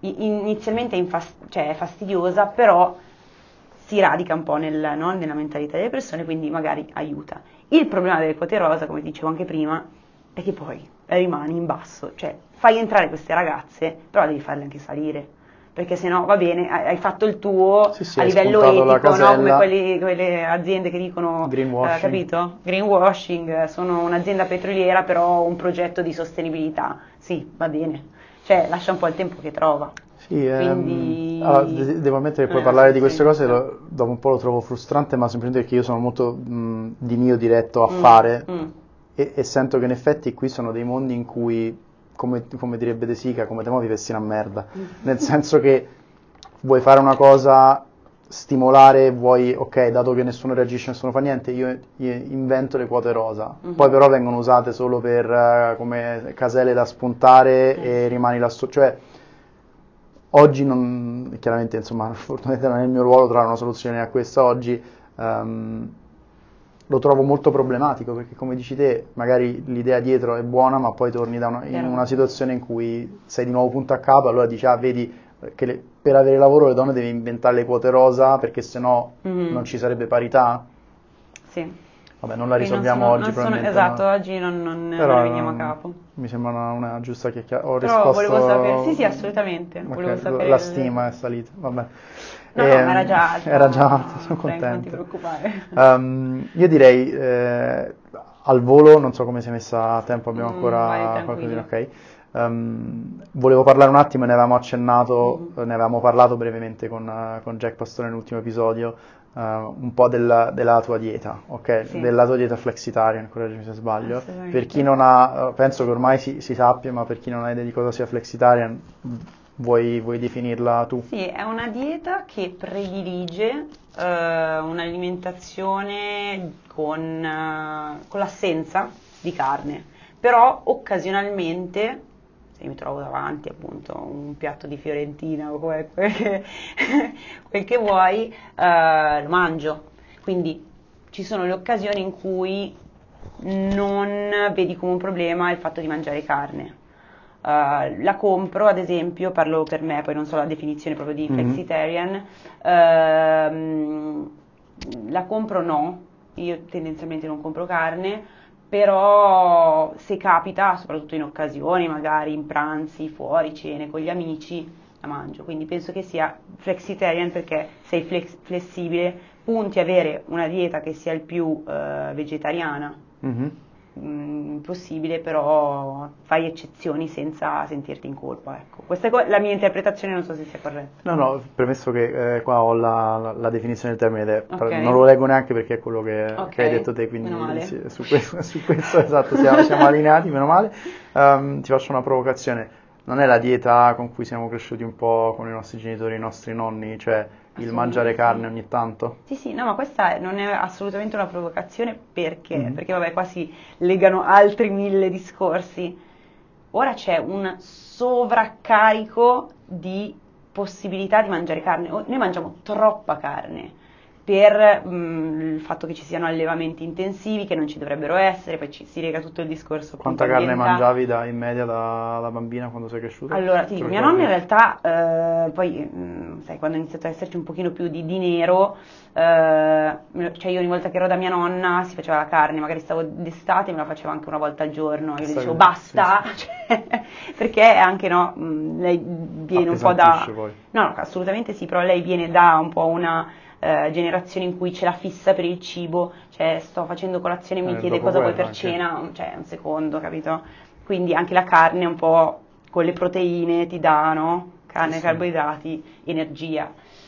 inizialmente è, infast- cioè è fastidiosa, però si radica un po' nel, no, nella mentalità delle persone, quindi magari aiuta. Il problema delle quote rosa, come dicevo anche prima, è che poi rimani in basso, cioè fai entrare queste ragazze, però devi farle anche salire, perché sennò va bene, hai fatto il tuo sì, sì, a livello etico, no? Come quelli, quelle aziende che dicono, greenwashing. Eh, capito? Greenwashing, sono un'azienda petroliera però ho un progetto di sostenibilità, sì, va bene, cioè lascia un po' il tempo che trova. Sì, Quindi... ehm, allora, de- devo ammettere che poi Eh, parlare di sì, queste sì, cose sì. lo- dopo un po' lo trovo frustrante, ma semplicemente perché io sono molto mh, di mio diretto a Mm, fare mm. e, e sento che in effetti qui sono dei mondi in cui, come, come direbbe De Sica, come te muovi vesti una merda, nel senso che vuoi fare una cosa, stimolare, vuoi, ok, dato che nessuno reagisce, nessuno fa niente, io, io invento le quote rosa, Mhm. poi però vengono usate solo per eh, come caselle da spuntare Eh, e sì. rimani là sotto, cioè oggi non, chiaramente insomma, fortunatamente non è il mio ruolo trovare una soluzione a questo oggi, ehm, lo trovo molto problematico perché come dici te, magari l'idea dietro è buona, ma poi torni da una, in Vero. una situazione in cui sei di nuovo punto a capo, allora dici, ah, vedi che le- per avere lavoro le donne devi inventare le quote rosa perché sennò Mhm. non ci sarebbe parità. Sì. Vabbè, non la Quindi non risolviamo sono- oggi non sono- probabilmente. esatto, ma- oggi non, non, non Però ne veniamo a ehm, capo. mi sembra una, una giusta chiacchierata. Ho Però risposto... volevo sapere, sì sì assolutamente, Ok, volevo sapere la il- stima è salita, vabbè. No, no, Ehm, ma era già alta. Era già alta, sono Frank, non ti contento. preoccupare. Ehm, io direi, eh, al volo, non so come si è messa a tempo, abbiamo Mm, ancora vai, qualcosina, tranquillo. ok. Ehm, volevo parlare un attimo, ne avevamo accennato, Mhm. ne avevamo parlato brevemente con, eh, con Jack Pastore nell'ultimo episodio, eh, un po' della, della tua dieta, ok? Sì. Della tua dieta flexitarian, correggimi se sbaglio. Assolutamente. Per chi non ha, eh, penso che ormai si, si sappia, ma per chi non ha idea di cosa sia flexitarian, vuoi, vuoi definirla tu? Sì, è una dieta che predilige eh, un'alimentazione con, eh, con l'assenza di carne, però occasionalmente, se mi trovo davanti appunto un piatto di fiorentina o quel, quel che, quel che vuoi, eh, lo mangio. Quindi ci sono le occasioni in cui non vedi come un problema il fatto di mangiare carne. Uh, la compro, ad esempio, parlo per me, poi non so la definizione proprio di Mhm. flexitarian, ehm, la compro no, io tendenzialmente non compro carne, però se capita, soprattutto in occasioni, magari in pranzi, fuori, cene con gli amici, la mangio, quindi penso che sia flexitarian perché sei flex- flessibile, punti a avere una dieta che sia il più eh, vegetariana Mhm. mh, possibile, però fai eccezioni senza sentirti in colpa, ecco. Questa è co- la mia interpretazione, non so se sia corretta. No, no, premesso che eh, qua ho la, la- la definizione del termine, ed è- Ok. non lo leggo neanche perché è quello che, Ok, che hai detto te, quindi meno male. sì, su questo, su questo, esatto, siamo, siamo allineati, meno male. Ehm, ti faccio una provocazione, non è la dieta con cui siamo cresciuti un po' con i nostri genitori, i nostri nonni, cioè il mangiare carne ogni tanto? Sì, sì, no, ma questa non è assolutamente una provocazione perché? Mhm. Perché vabbè, qua si legano altri mille discorsi. Ora c'è un sovraccarico di possibilità di mangiare carne. O- Noi mangiamo troppa carne per mm, il fatto che ci siano allevamenti intensivi che non ci dovrebbero essere, poi ci, si lega tutto il discorso appunto Quanta carne ambientale. mangiavi da- in media da, da bambina quando sei cresciuta? Allora, ti Te dico, lo mia ricordi? nonna in realtà, eh, poi, mh, sai, quando è iniziato ad esserci un pochino più di dinero, eh, me lo- cioè io ogni volta che ero da mia nonna si faceva la carne, magari stavo d'estate e me la faceva anche una volta al giorno, io le Sai- dicevo basta, sì, cioè, perché anche no, mh, lei viene un po' da... Appesantisce poi. No, no, assolutamente sì, però lei viene da un po' una eh, generazione in cui ce la fissa per il cibo, cioè sto facendo colazione e mi Eh, chiede cosa vuoi dopoguerra per anche. cena, cioè un secondo, capito? Quindi anche la carne un po' con le proteine ti dà, no? Carne, Sì, sì. carboidrati, energia.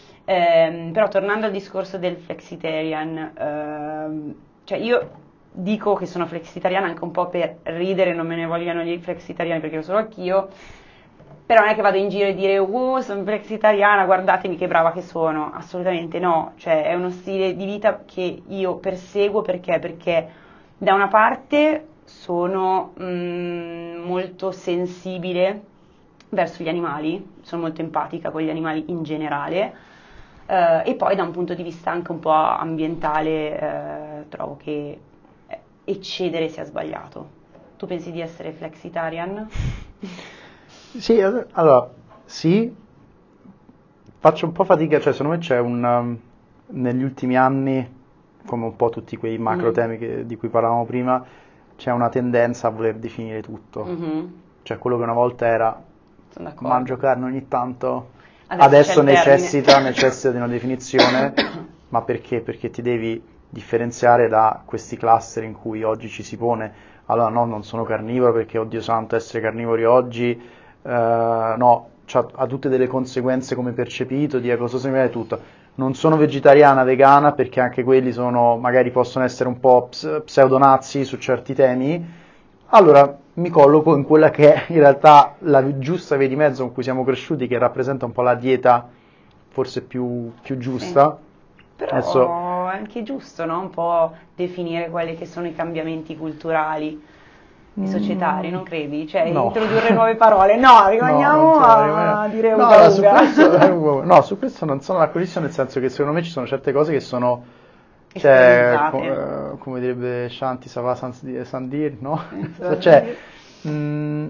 Ehm, però tornando al discorso del flexitarian, ehm, cioè io dico che sono flexitariana anche un po' per ridere, non me ne vogliano gli flexitariani perché lo sono anch'io, però non è che vado in giro e dire uh, sono flexitariana, guardatemi che brava che sono, assolutamente no, cioè è uno stile di vita che io perseguo perché? Perché da una parte sono mm, molto sensibile verso gli animali, sono molto empatica con gli animali in generale, eh, e poi da un punto di vista anche un po' ambientale eh, trovo che eh, eccedere sia sbagliato. Tu pensi di essere flexitarian? Sì, allora, sì, faccio un po' fatica, cioè secondo me c'è un, um, negli ultimi anni, come un po' tutti quei macro Mhm. temi che- di cui parlavamo prima, c'è una tendenza a voler definire tutto. Mhm. Cioè quello che una volta era Sono d'accordo. mangio carne ogni tanto, Adesso adesso c'è il necessita, termine. necessita di una definizione, ma perché? Perché ti devi differenziare da questi cluster in cui oggi ci si pone, allora no, non sono carnivoro perché oddio santo essere carnivori oggi, eh, no, c'ha- ha tutte delle conseguenze come percepito, di ecosostenibilità e tutto. Non sono vegetariana, vegana perché anche quelli sono, magari possono essere un po' ps- pseudonazi su certi temi. Allora mi colloco in quella che è in realtà la giusta via di mezzo con cui siamo cresciuti, che rappresenta un po' la dieta forse più, più giusta. Però Adesso, è anche giusto, no? Un po' definire quelli che sono i cambiamenti culturali e societari, non credi? Cioè, no. introdurre nuove parole. No, rimaniamo non a rimaniamo- dire no, uga no, su uga. questo, eh, no, su questo non sono d'accordissimo, nel senso che secondo me ci sono certe cose che sono, cioè, Estremizzate. co- eh, come direbbe Shanti Sava Sans- Sandir, no? Sans Cioè, dire. mh,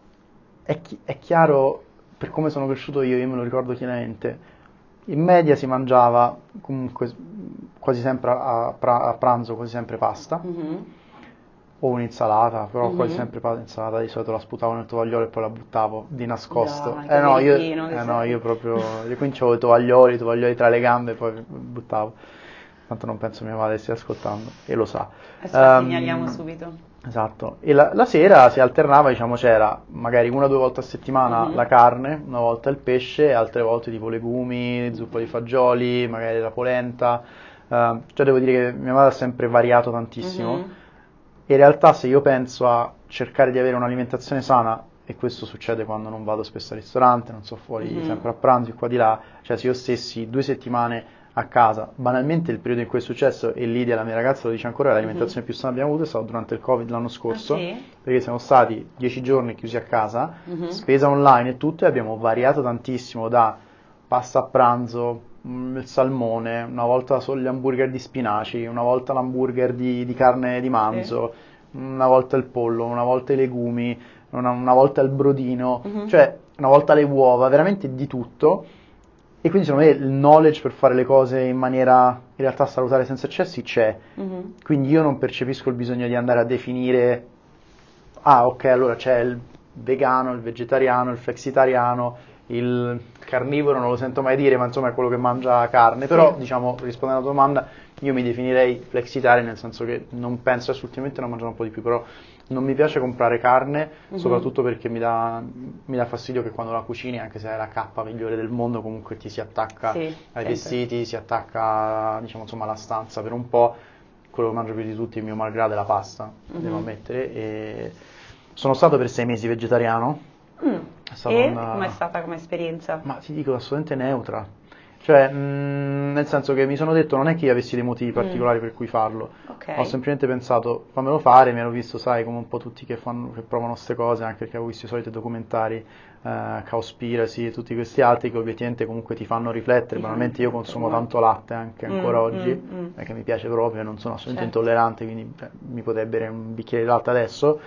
è, chi- è chiaro, per come sono cresciuto io, io me lo ricordo chiaramente, in media si mangiava comunque quasi sempre a, pra- a pranzo, quasi sempre pasta, Mhm. o un'insalata, però quasi Mhm. sempre pa- insalata, di solito la sputavo nel tovagliolo e poi la buttavo di nascosto. Dai, eh che no, io, birichino che eh no, sei. io proprio, io quindi avevo i tovaglioli, i tovaglioli tra le gambe e poi buttavo. Tanto non penso mia madre stia ascoltando, e lo sa. Adesso la Ehm, segnaliamo subito. Esatto, e la, la sera si alternava, diciamo, c'era magari una o due volte a settimana Mhm. la carne, una volta il pesce, e altre volte tipo legumi, zuppa di fagioli, magari la polenta. Ehm, cioè devo dire che mia madre ha sempre variato tantissimo. Mhm. In realtà se io penso a cercare di avere un'alimentazione sana, e questo succede quando non vado spesso al ristorante, non so fuori Mhm. sempre a pranzo, qua di là, cioè se io stessi due settimane a casa, banalmente il periodo in cui è successo, e Lidia, la mia ragazza, lo dice ancora, l'alimentazione più sana che abbiamo avuto è stata durante il Covid l'anno scorso, Ah, sì? perché siamo stati dieci giorni chiusi a casa, Mhm. spesa online e tutto, e abbiamo variato tantissimo da pasta a pranzo, mm, il salmone, una volta solo gli hamburger di spinaci, una volta l'hamburger di, di carne di manzo, una volta il pollo, una volta i legumi, una, una volta il brodino, Mhm. cioè una volta le uova, veramente di tutto. E quindi secondo me il knowledge per fare le cose in maniera in realtà salutare senza eccessi c'è. Mhm. Quindi io non percepisco il bisogno di andare a definire, ah ok, allora c'è il vegano, il vegetariano, il flexitariano, il carnivoro, non lo sento mai dire, ma insomma è quello che mangia carne. Però, diciamo, rispondendo alla tua domanda, io mi definirei flexitarian, nel senso che non penso, adesso ultimamente ne mangio un po' di più, però non mi piace comprare carne, Mhm. soprattutto perché mi dà, mi dà fastidio che quando la cucini, anche se è la cappa migliore del mondo, comunque ti si attacca Sì, ai sempre. vestiti, si attacca, diciamo, insomma, alla stanza per un po'. Quello che mangio più di tutti, il mio malgrado, è la pasta, Mhm. devo ammettere. E sono stato per sei mesi vegetariano. Mm. È stato E una- com'è stata come esperienza? Ma ti dico, assolutamente neutra. Cioè, mh, nel senso che mi sono detto, non è che io avessi dei motivi particolari per cui farlo. Ok. Ho semplicemente pensato, fammelo fare, mi ero visto, sai, come un po' tutti che fanno, che provano queste cose, anche perché avevo visto i soliti documentari, eh, Cowspiracy e tutti questi altri, che obiettivamente comunque ti fanno riflettere. Ti fanno Banalmente io riflettere, consumo guarda. tanto latte anche ancora Mm, oggi, mm, mm. perché mi piace proprio, non sono assolutamente Certo. intollerante, quindi cioè, mi potrei bere un bicchiere di latte adesso.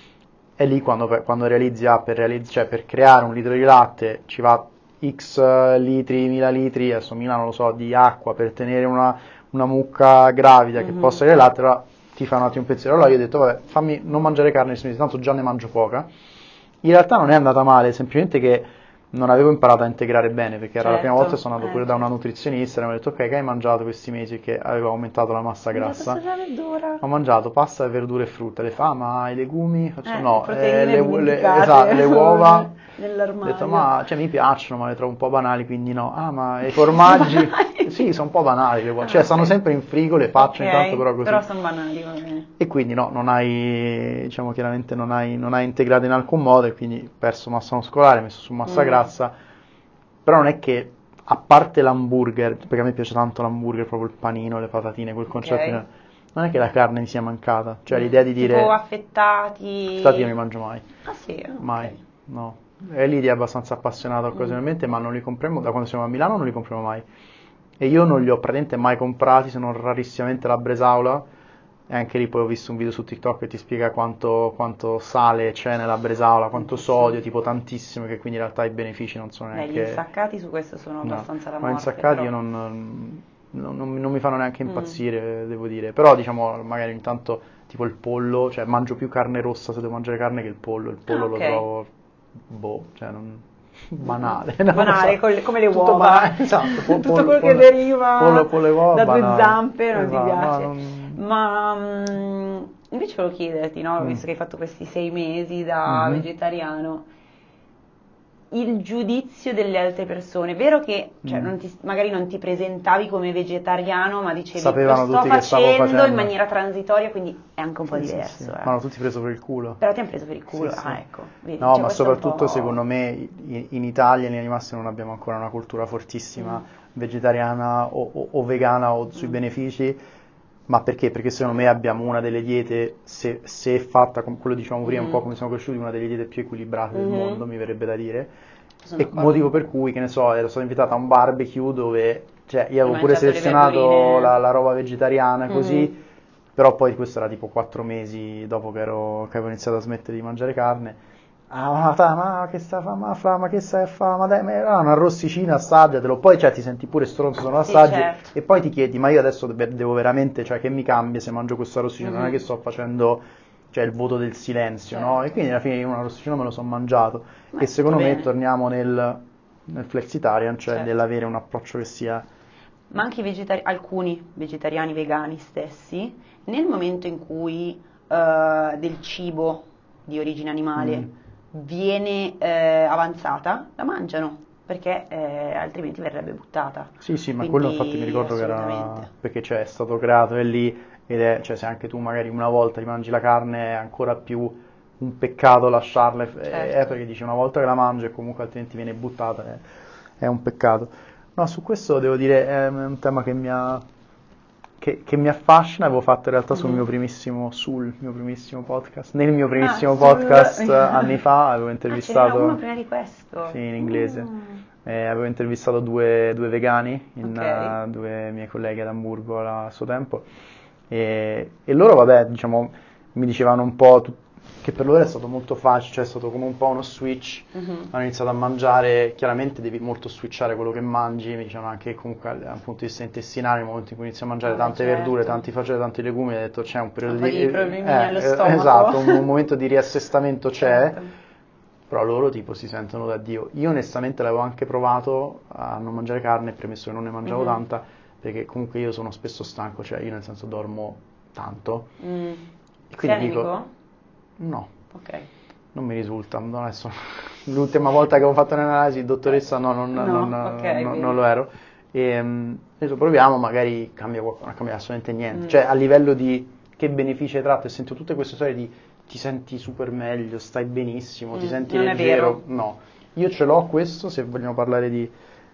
E lì quando, quando realizzi, ah, per, realizz- cioè, per creare un litro di latte ci va X litri, mila litri, adesso mila non lo so, di acqua per tenere una, una mucca gravida che Mhm. possa avere latte, allora ti fa un attimo un pensiero. Allora io ho detto, vabbè, fammi non mangiare carne nei sei mesi, tanto già ne mangio poca. In realtà non è andata male, semplicemente che non avevo imparato a integrare bene, perché era la prima Certo, volta, sono andato eh, pure da una certo. nutrizionista e mi ha detto, ok, che hai mangiato questi mesi? Che avevo aumentato la massa grassa. Mangiato solo verdura. Ho mangiato pasta, verdure e frutta. Le fa, ma i legumi? Faccio Eh, no, proteine eh, le, u- le- dimenticate esatto, le uova. Ho nell'armadio. detto, ma cioè, mi piacciono, ma le trovo un po' banali, quindi no. Ah, ma i formaggi? Banali? Sì, sono un po' banali le uova. Ah, Cioè, ok. stanno sempre in frigo, le faccio Ok, intanto, però così. però sono banali, va bene. E quindi no, non hai, diciamo chiaramente non hai, non hai integrato in alcun modo, e quindi ho perso massa muscolare, messo su massa Mm. grassa. Però non è che, a parte l'hamburger, perché a me piace tanto l'hamburger, proprio il panino, le patatine, quel concetto, Ok. non è che la carne mi sia mancata. Cioè Mm. l'idea di dire, Tipo affettati. infatti io non li mangio mai. Ah sì? Ah, ok. Mai, no. E Lidia è abbastanza appassionata occasionalmente, ma non li compriamo, da quando siamo a Milano non li compriamo mai. E io non li ho praticamente mai comprati, se non rarissimamente la Bresaola, E anche lì poi ho visto un video su TikTok che ti spiega quanto, quanto sale c'è nella bresaola, quanto sodio, tipo tantissimo, che quindi in realtà i benefici non sono Beh, neanche... gli insaccati su questo sono No, abbastanza la ma morte. insaccati però... io non, non, non- non mi fanno neanche Mm. impazzire, devo dire. Però diciamo, magari intanto tipo il pollo, cioè mangio più carne rossa se devo mangiare carne che il pollo. Il pollo Ah, lo ok. trovo, boh, cioè non... banale. non lo Banale, so. col- come le Tutto uova. banale, esatto. po- Tutto pollo- quello che pollo- deriva pollo, pollo e uova, da due banale. zampe non ti Esatto, piace. no, non- Ma mm, invece volevo chiederti, no, Mm. visto che hai fatto questi sei mesi da Mhm. vegetariano, il giudizio delle altre persone, è vero che cioè, Mm. non ti- magari non ti presentavi come vegetariano, ma dicevi Sapevano lo sto tutti che stavo facendo, facendo. in maniera transitoria, quindi è anche un po' Sì, sì, diverso. sì. eh. Ma hanno tutti preso per il culo. Però ti hanno preso per il culo, Sì, sì. ah ecco. Vedi, No, cioè, ma questo è un soprattutto po'- secondo me in, in Italia, in linea di massima, non abbiamo ancora una cultura fortissima Mm. vegetariana o, o- o vegana o sui Mm. benefici. Ma perché? Perché secondo me abbiamo una delle diete, se, se fatta, come quello dicevamo prima, un po' Mm. come siamo cresciuti, una delle diete più equilibrate del Mhm. mondo, mi verrebbe da dire. Sono E d'accordo. motivo per cui, che ne so, ero stato invitato a un barbecue dove, cioè, io avevo Hai pure mangiato le selezionato verdurine. la, la roba vegetariana, così, Mhm. però poi questo era tipo quattro mesi dopo che, ero, che avevo iniziato a smettere di mangiare carne. Ah, ma, fa, ma che sta fa, ma, fra, ma che stai a fa, ma dai, ma era una rossicina, assaggiatelo, poi cioè ti senti pure stronzo se non Sì, assaggi certo. e poi ti chiedi, ma io adesso de- devo veramente, cioè che mi cambia se mangio questa rossicina, non è Mhm. che sto facendo, cioè il voto del silenzio, no? Certo. E quindi alla fine io una rossicina me lo sono mangiato Ma e è secondo tutto me bene. torniamo nel, nel flexitarian, cioè Certo. nell'avere un approccio che sia... Ma anche i vegetari- alcuni vegetariani vegani stessi, nel momento in cui eh, del cibo di origine animale Mm. viene eh, avanzata, la mangiano, perché eh, altrimenti verrebbe buttata. Sì, sì, ma Quindi, quello infatti mi ricordo che era assolutamente. perché cioè, è stato creato è lì ed è, cioè se anche tu magari una volta ti mangi la carne è ancora più un peccato lasciarla, eh, Certo. eh, perché dici una volta che la mangi e comunque altrimenti viene buttata, è, è un peccato. No, su questo devo dire è un tema che mi ha, che, che mi affascina, avevo fatto in realtà sul Mhm. mio primissimo, sul mio primissimo podcast, nel mio Ah, primissimo sul- podcast anni fa, avevo Ah, intervistato... ce n'era uno prima di questo. Sì, in inglese. Mm. Eh, avevo intervistato due, due vegani, in, Ok. eh, due miei colleghi ad Amburgo a suo tempo, e, e loro, vabbè, diciamo, mi dicevano un po' tut- che per loro è stato molto facile, cioè è stato come un po' uno switch. Mhm. Hanno iniziato a mangiare, chiaramente devi molto switchare quello che mangi, mi dicevano anche che comunque dal dal punto di vista intestinale, nel momento in cui inizi a mangiare Vabbè, tante certo. verdure, tanti fagioli, tanti legumi, ho detto c'è un periodo Un po' di problemini eh, allo eh, stomaco. esatto, un, un momento di riassestamento c'è. Certo. Però loro tipo si sentono da Dio. Io onestamente l'avevo anche provato a non mangiare carne, premesso che non ne mangiavo Mhm. tanta, perché comunque io sono spesso stanco, cioè io nel senso dormo tanto. Mm. E Sei quindi dico, anemico? no, Ok. non mi risulta. No, adesso, l'ultima volta che ho fatto un'analisi, dottoressa, no, non, No, non- ok, non- bene. non lo ero. E um, adesso proviamo, magari cambia qualcosa, non cambia assolutamente niente. Mm. Cioè a livello di che benefici hai tratto, e sento tutte queste storie di ti senti super meglio, stai benissimo, ti Mm, senti non è leggero. vero. No, io ce l'ho questo, se vogliamo parlare di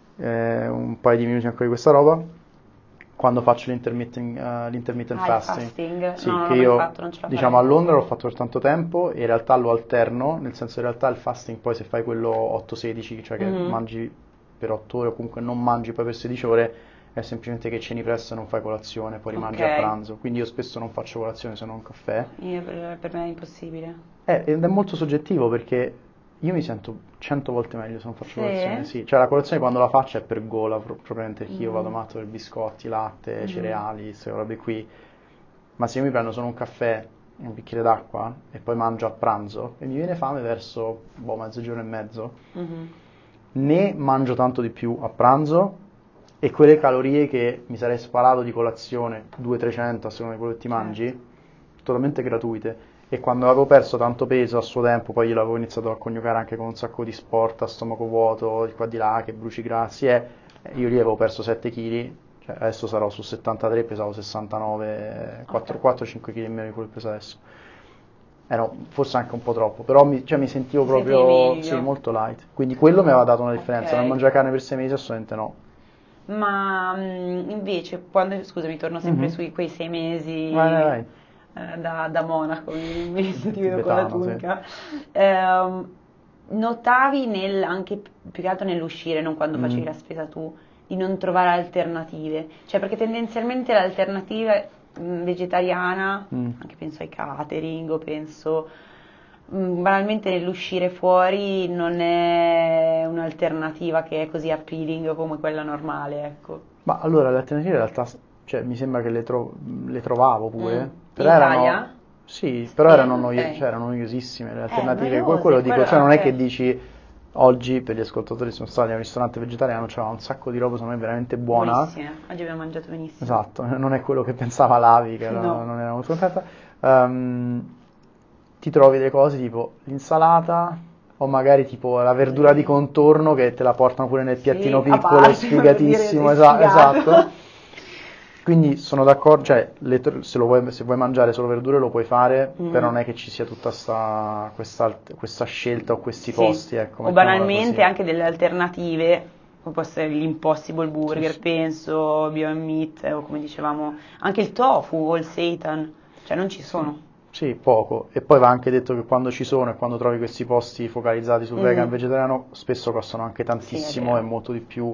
eh, un paio di minuti ancora di questa roba, quando faccio l'intermittent, eh, l'intermittent Ah, il fasting. fasting? Sì, No, non che l'ho mai io fatto, non ce la diciamo a farei. Londra l'ho fatto per tanto tempo e in realtà lo alterno, nel senso in realtà il fasting poi se fai quello otto sedici, cioè che Mhm. mangi per otto ore o comunque non mangi poi per sedici ore, è semplicemente che ceni presto e non fai colazione, poi rimangi Ok. a pranzo. Quindi io spesso non faccio colazione se non un caffè. Io per, per me è impossibile. Eh, ed è molto soggettivo perché io mi sento cento volte meglio se non faccio Sì? colazione, sì. Cioè la colazione quando la faccio è per gola, pro- propriamente perché io Mm. vado matto per biscotti, latte, Mm. cereali, queste robe qui. Ma se io mi prendo solo un caffè e un bicchiere d'acqua e poi mangio a pranzo e mi viene fame verso boh, mezzogiorno e mezzo, Mhm. ne mangio tanto di più a pranzo e quelle calorie che mi sarei sparato di colazione, duecento trecento a seconda di quello che ti mangi, totalmente gratuite. E quando avevo perso tanto peso a suo tempo, poi io l'avevo iniziato a coniugare anche con un sacco di sport a stomaco vuoto, di qua di là, che bruci grassi, e io lì avevo perso sette chili, cioè adesso sarò su settantatré, pesavo sessantanove, quattro cinque kg in meno di quello che peso adesso. Ero forse anche un po' troppo, però mi, cioè, mi sentivo Ti proprio sentivi meglio? sì, molto light. Quindi quello mi aveva dato una differenza, Ok. non mangiare carne per sei mesi assolutamente no. Ma mm, invece, quando, scusami, torno sempre Mhm. su quei sei mesi Vai, vai, vai. eh, da, da Monaco, mi, mi ti vedo con la Tibetano, sì. tunica. Ehm, notavi nel, anche più che altro nell'uscire, non quando Mm. facevi la spesa tu, di non trovare alternative? Cioè, perché tendenzialmente l'alternativa mh, vegetariana, Mm. anche penso ai catering, o penso mh, banalmente nell'uscire fuori non è un'alternativa che è così appealing come quella normale, ecco. Ma allora le alternative in realtà, cioè, mi sembra che le, tro- le trovavo pure, Mm. però In erano, Italia? sì, però Sì, erano, noio- ok. cioè, erano noiosissime le alternative, noiose, que- quello dico, quello- cioè non è ok. che dici oggi per gli ascoltatori sono stati a un ristorante vegetariano, c'era un sacco di roba secondo me veramente buona. Buonissime, oggi abbiamo mangiato benissimo. Esatto, non è quello che pensava Lavi, che era- No. non era molto contenta. Ehm, ti trovi delle cose tipo l'insalata o magari tipo la verdura di contorno che te la portano pure nel piattino a piccolo, parte, è sfigatissimo, voglio dire, esa- è sfigato. esatto. Quindi sono d'accordo, cioè le tr- se, lo vuoi, se vuoi mangiare solo verdure lo puoi fare, Mm. però non è che ci sia tutta sta, questa, questa scelta o questi Sì. posti, ecco, O mettiamola banalmente così. anche delle alternative, come può essere l'Impossible Burger, Sì, sì. penso, Beyond Meat, o come dicevamo, anche il tofu o il seitan, cioè non ci sono. Sì, poco. E poi va anche detto che quando ci sono e quando trovi questi posti focalizzati sul Mm. vegan vegetariano, spesso costano anche Sì, è tantissimo vero. e molto di più.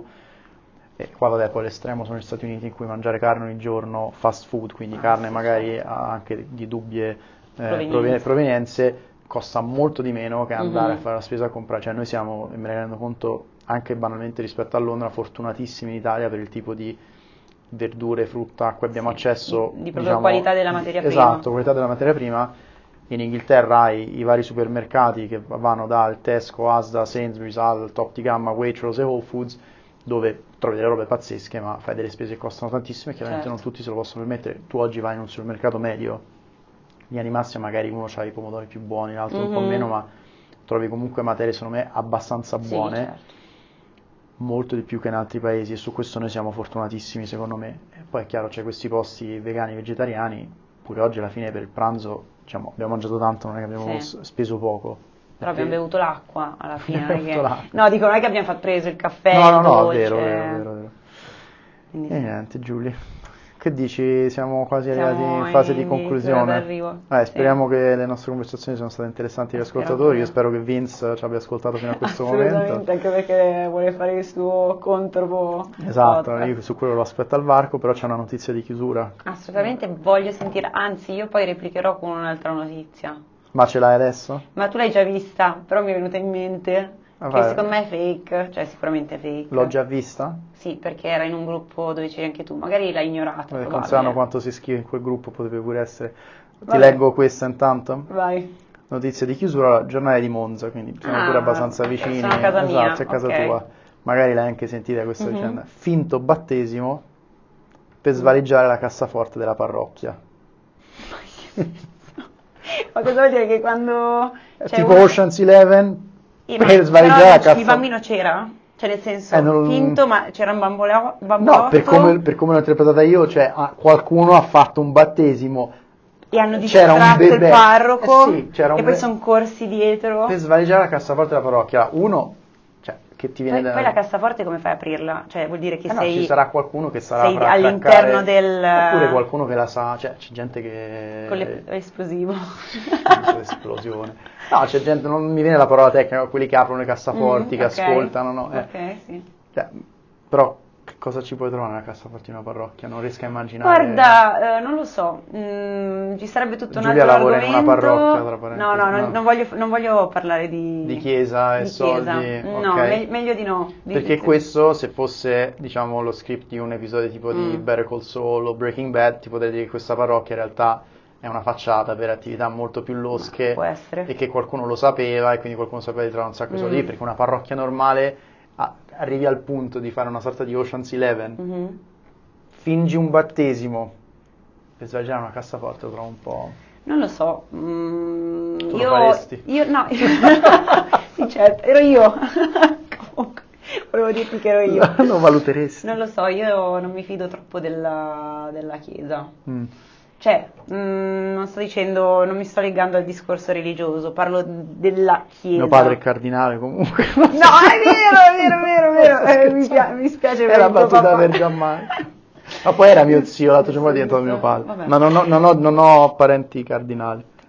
E qua vabbè, poi l'estremo sono gli Stati Uniti in cui mangiare carne ogni giorno, fast food, quindi Ah, carne sì, magari certo. anche di dubbie eh, Provenienze. proven- provenienze, costa molto di meno che andare Mhm. a fare la spesa a comprare. Cioè noi siamo, e me ne rendo conto anche banalmente rispetto a Londra, fortunatissimi in Italia per il tipo di verdure, frutta a cui abbiamo Sì, accesso. di- di proprio diciamo, qualità della di- materia prima. Esatto, qualità della materia prima. In Inghilterra hai i vari supermercati che vanno dal Tesco, Asda, Sainsbury's al top di gamma Waitrose e Whole Foods, dove trovi delle robe pazzesche, ma fai delle spese che costano tantissimo e chiaramente Certo. non tutti se lo possono permettere. Tu oggi vai in un supermercato medio, in linea di massima magari uno ha i pomodori più buoni, l'altro un po' Mhm. meno, ma trovi comunque materie secondo me abbastanza Sì, buone, certo. molto di più che in altri paesi, e su questo noi siamo fortunatissimi secondo me. E poi è chiaro c'è questi posti vegani, vegetariani, pure oggi alla fine per il pranzo diciamo, abbiamo mangiato tanto, non è che abbiamo Sì. s- speso poco. Però abbiamo Perché- bevuto l'acqua alla fine, non è Abbiamo che... bevuto l'acqua. No, dico, non è che abbiamo fatto preso il caffè, No, no, il no, è dolce. vero, vero, vero, vero. Quindi E sì. niente, Giulia. Che dici? Siamo quasi Siamo arrivati in fase di in- in conclusione. fila d'arrivo, Eh, sì. speriamo che le nostre conversazioni siano state interessanti agli Eh, spero ascoltatori. Io anch'io. spero che Vince ci abbia ascoltato fino a questo Assolutamente, momento. anche perché vuole fare il suo contro Esatto, podcast. io su quello lo aspetto al varco, però c'è una notizia di chiusura. Assolutamente voglio sentire, anzi io poi replicherò con un'altra notizia. Ma ce l'hai adesso? Ma tu l'hai già vista, però mi è venuta in mente Ah, che vai. secondo me è fake, cioè sicuramente è fake. L'ho già vista? Sì, perché era in un gruppo dove c'eri anche tu, magari l'hai ignorata. Eh, probabile. Considerando quanto si scrive in quel gruppo, potrebbe pure essere. Ti Vabbè. leggo questa intanto? Vai. Notizie di chiusura, giornale di Monza, quindi siamo Ah, pure abbastanza ok, vicini. sono a casa mia, Esatto, è casa ok. tua. Magari l'hai anche sentita questa Mhm. vicenda. Finto battesimo per svaligiare la cassaforte della parrocchia. Ma cosa vuol dire che quando È c'è tipo una- Ocean's Eleven Eh, ma- per svaligiare però la il cassa. bambino c'era? Cioè nel senso, Eh, non- finto, ma c'era un bambolo- bambolotto? No, per come, per come l'ho interpretata io, cioè ah, qualcuno ha fatto un battesimo. E hanno C'era un distratto il bebè. parroco Eh sì, c'era un e poi be- sono corsi dietro. Per svaligiare la cassaforte della parrocchia. Uno, cioè, che ti viene Poi, da... poi la cassaforte come fai a aprirla? Cioè vuol dire che Eh no, sei... ci sarà qualcuno che sarà sei fra all'interno craccare- del- Oppure qualcuno che la sa, cioè c'è gente che... con l'e- l'esplosivo. L'esplosione. No, c'è gente, non mi viene la parola tecnica, quelli che aprono le cassaforti, Mm, che ok. ascoltano, no? Eh. Ok, sì. Cioè, però che cosa ci puoi trovare nella cassaforte di una parrocchia? Non riesco a immaginare... Guarda, eh, non lo so, mm, ci sarebbe tutto un Giulia altro lavora in una argomento. parrocchia, tra parentesi. No, no, non, No. non voglio, non voglio parlare di... Di chiesa e di soldi, chiesa. No, ok. me- meglio di no. Di- Perché di- questo, se fosse, diciamo, lo script di un episodio tipo di Mm. Better Call Saul o Breaking Bad, ti potrei dire che questa parrocchia in realtà è una facciata per attività molto più losche può essere. e che qualcuno lo sapeva e quindi qualcuno sapeva di trovare un sacco di soldi Mm. lì, perché una parrocchia normale ah, arrivi al punto di fare una sorta di Ocean's Eleven, Mhm. fingi un battesimo per svaligiare una cassaforte, lo trovo un po'... Non lo so. mm, Tu lo io, faresti? io no. Sì, certo, ero io. Comunque, volevo dirti che ero io. Lo valuteresti? Non lo so, io non mi fido troppo della, della Chiesa. Mm. Cioè, mm, non sto dicendo, non mi sto legando al discorso religioso, parlo della Chiesa. Mio padre è cardinale comunque. No, è vero, è vero, è vero, è vero. Eh, mi, spia- mi spiace È per la il tuo battuta papà. per Gianmarco. Ma poi era mio zio, l'altro giorno è diventato mio padre. Vabbè. Ma non ho, non ho- non ho parenti cardinali.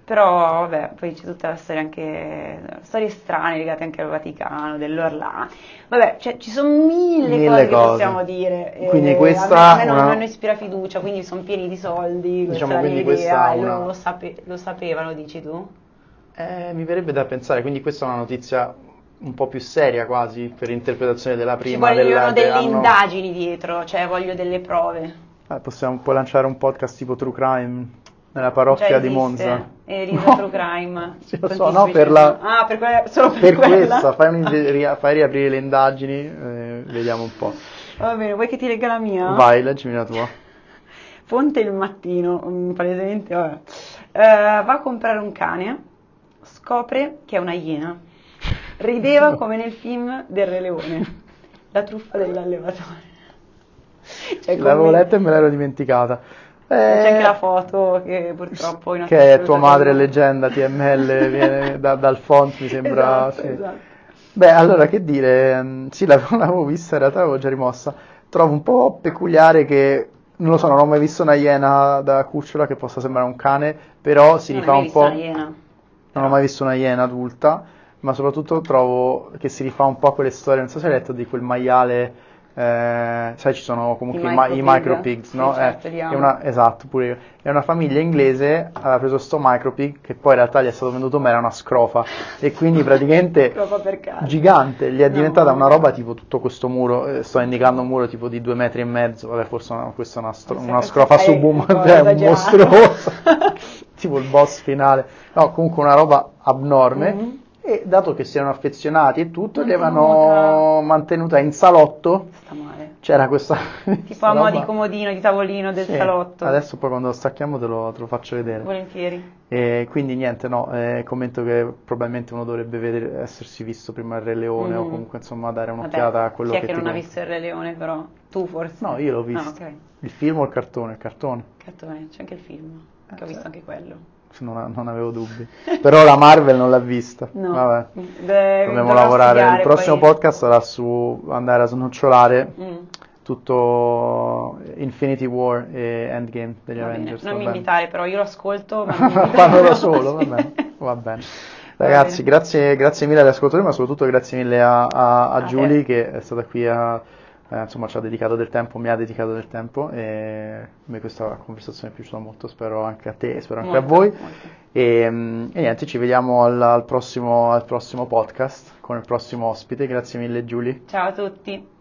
Però vabbè, poi c'è tutta la storia anche, storie strane legate anche al Vaticano, dell'Orlando. Vabbè, cioè, ci sono mille, Mille cose, che cose. possiamo dire. Quindi E questa a me, a me non, una- non ispira fiducia, quindi sono pieni di soldi, questa Diciamo, è la quindi mia questa idea, è e una- lo, lo sape- lo sapevano, dici tu? Eh, mi verrebbe da pensare, quindi questa è una notizia un po' più seria quasi per interpretazione della Ci prima. vogliono della, delle hanno- indagini dietro, cioè voglio delle prove. Eh, possiamo poi lanciare un podcast tipo True Crime nella parrocchia Già di esiste, Monza. Elisa No. True Crime. Sì, lo so, Quanti no, suicidi per la- sono? Ah, per quella, solo per, Per quella. questa, fai, un- ria- fai riaprire le indagini, eh, vediamo un po'. Va bene, vuoi che ti legga la mia? Vai, leggimi la tua. Fonte il mattino, mm, palesemente, vabbè. Eh, va a comprare un cane, scopre che è una iena. Rideva come nel film del Re Leone, la truffa dell'allevatore. Cioè, L'avevo come- letta e me l'ero dimenticata. Eh, C'è anche la foto che purtroppo in che è tua assoluta madre non- leggenda T M L, viene da- dal font, mi sembra. Esatto, sì. esatto. Beh, allora che dire, mm, sì, l'avevo, l'avevo vista, in realtà l'avevo già rimossa. Trovo un po' peculiare che, non lo so, non ho mai visto una iena da cucciola che possa sembrare un cane, però si Non rifà hai mai un visto po'. una iena? Non ho mai visto una iena adulta, ma soprattutto trovo che si rifà un po' a quelle storie, non so se hai letto di quel maiale, eh, sai ci sono comunque I i, ma- i micropig? micropigs, Sì, no? certo, Eh, li è amo. una, esatto, pure io. È una famiglia inglese, aveva preso sto micropig, che poi in realtà gli è stato venduto, ma era una scrofa, e quindi praticamente Scrofa per caso. gigante, gli è No, diventata una vabbè. roba tipo tutto questo muro, eh, sto indicando un muro tipo di due metri e mezzo, vabbè forse una, questa è una, stro- Forse- una scrofa forse hai subumana, un po' è un esagerato. mostruoso, tipo il boss finale, no comunque una roba abnorme. Mhm. E dato che si erano affezionati e tutto, li Mantenuta. avevano mantenuta in salotto. Sta male. C'era questa. Tipo questa a mo' di roba. comodino, di tavolino del Sì, salotto. Adesso poi quando stacchiamo te lo, te lo faccio vedere. Volentieri. E quindi niente, no, eh, commento che probabilmente uno dovrebbe vedere, essersi visto prima il Re Leone o Mhm. comunque insomma dare un'occhiata Vabbè, a quello chi è che che ti non ha conta. visto il Re Leone però? Tu forse? No, io l'ho visto. Ah, ok. Il film o il cartone? Il cartone. Cartone, c'è anche il film, che ho sì. visto anche quello. Non, non avevo dubbi. Però la Marvel non l'ha vista. No. Vabbè. Beh, Dobbiamo dovrò lavorare. studiare, Il prossimo poi- podcast sarà su andare a snocciolare Mm, tutto Infinity War e Endgame degli va bene. Avengers. Non va mi bene? invitare, però io lo ascolto, ma non mi invitare. Fanno da solo, va bene. Va bene. Va Ragazzi, bene. grazie, grazie mille agli ascoltatori, ma soprattutto grazie mille a, a, a A Giulia te. che è stata qui a, eh, insomma, ci ha dedicato del tempo, mi ha dedicato del tempo e a me questa conversazione è piaciuta molto, spero anche a te e spero anche Molto, a voi. molto. E, mm, e niente, ci vediamo al, al prossimo, al prossimo podcast con il prossimo ospite. Grazie mille Giulia. Ciao a tutti.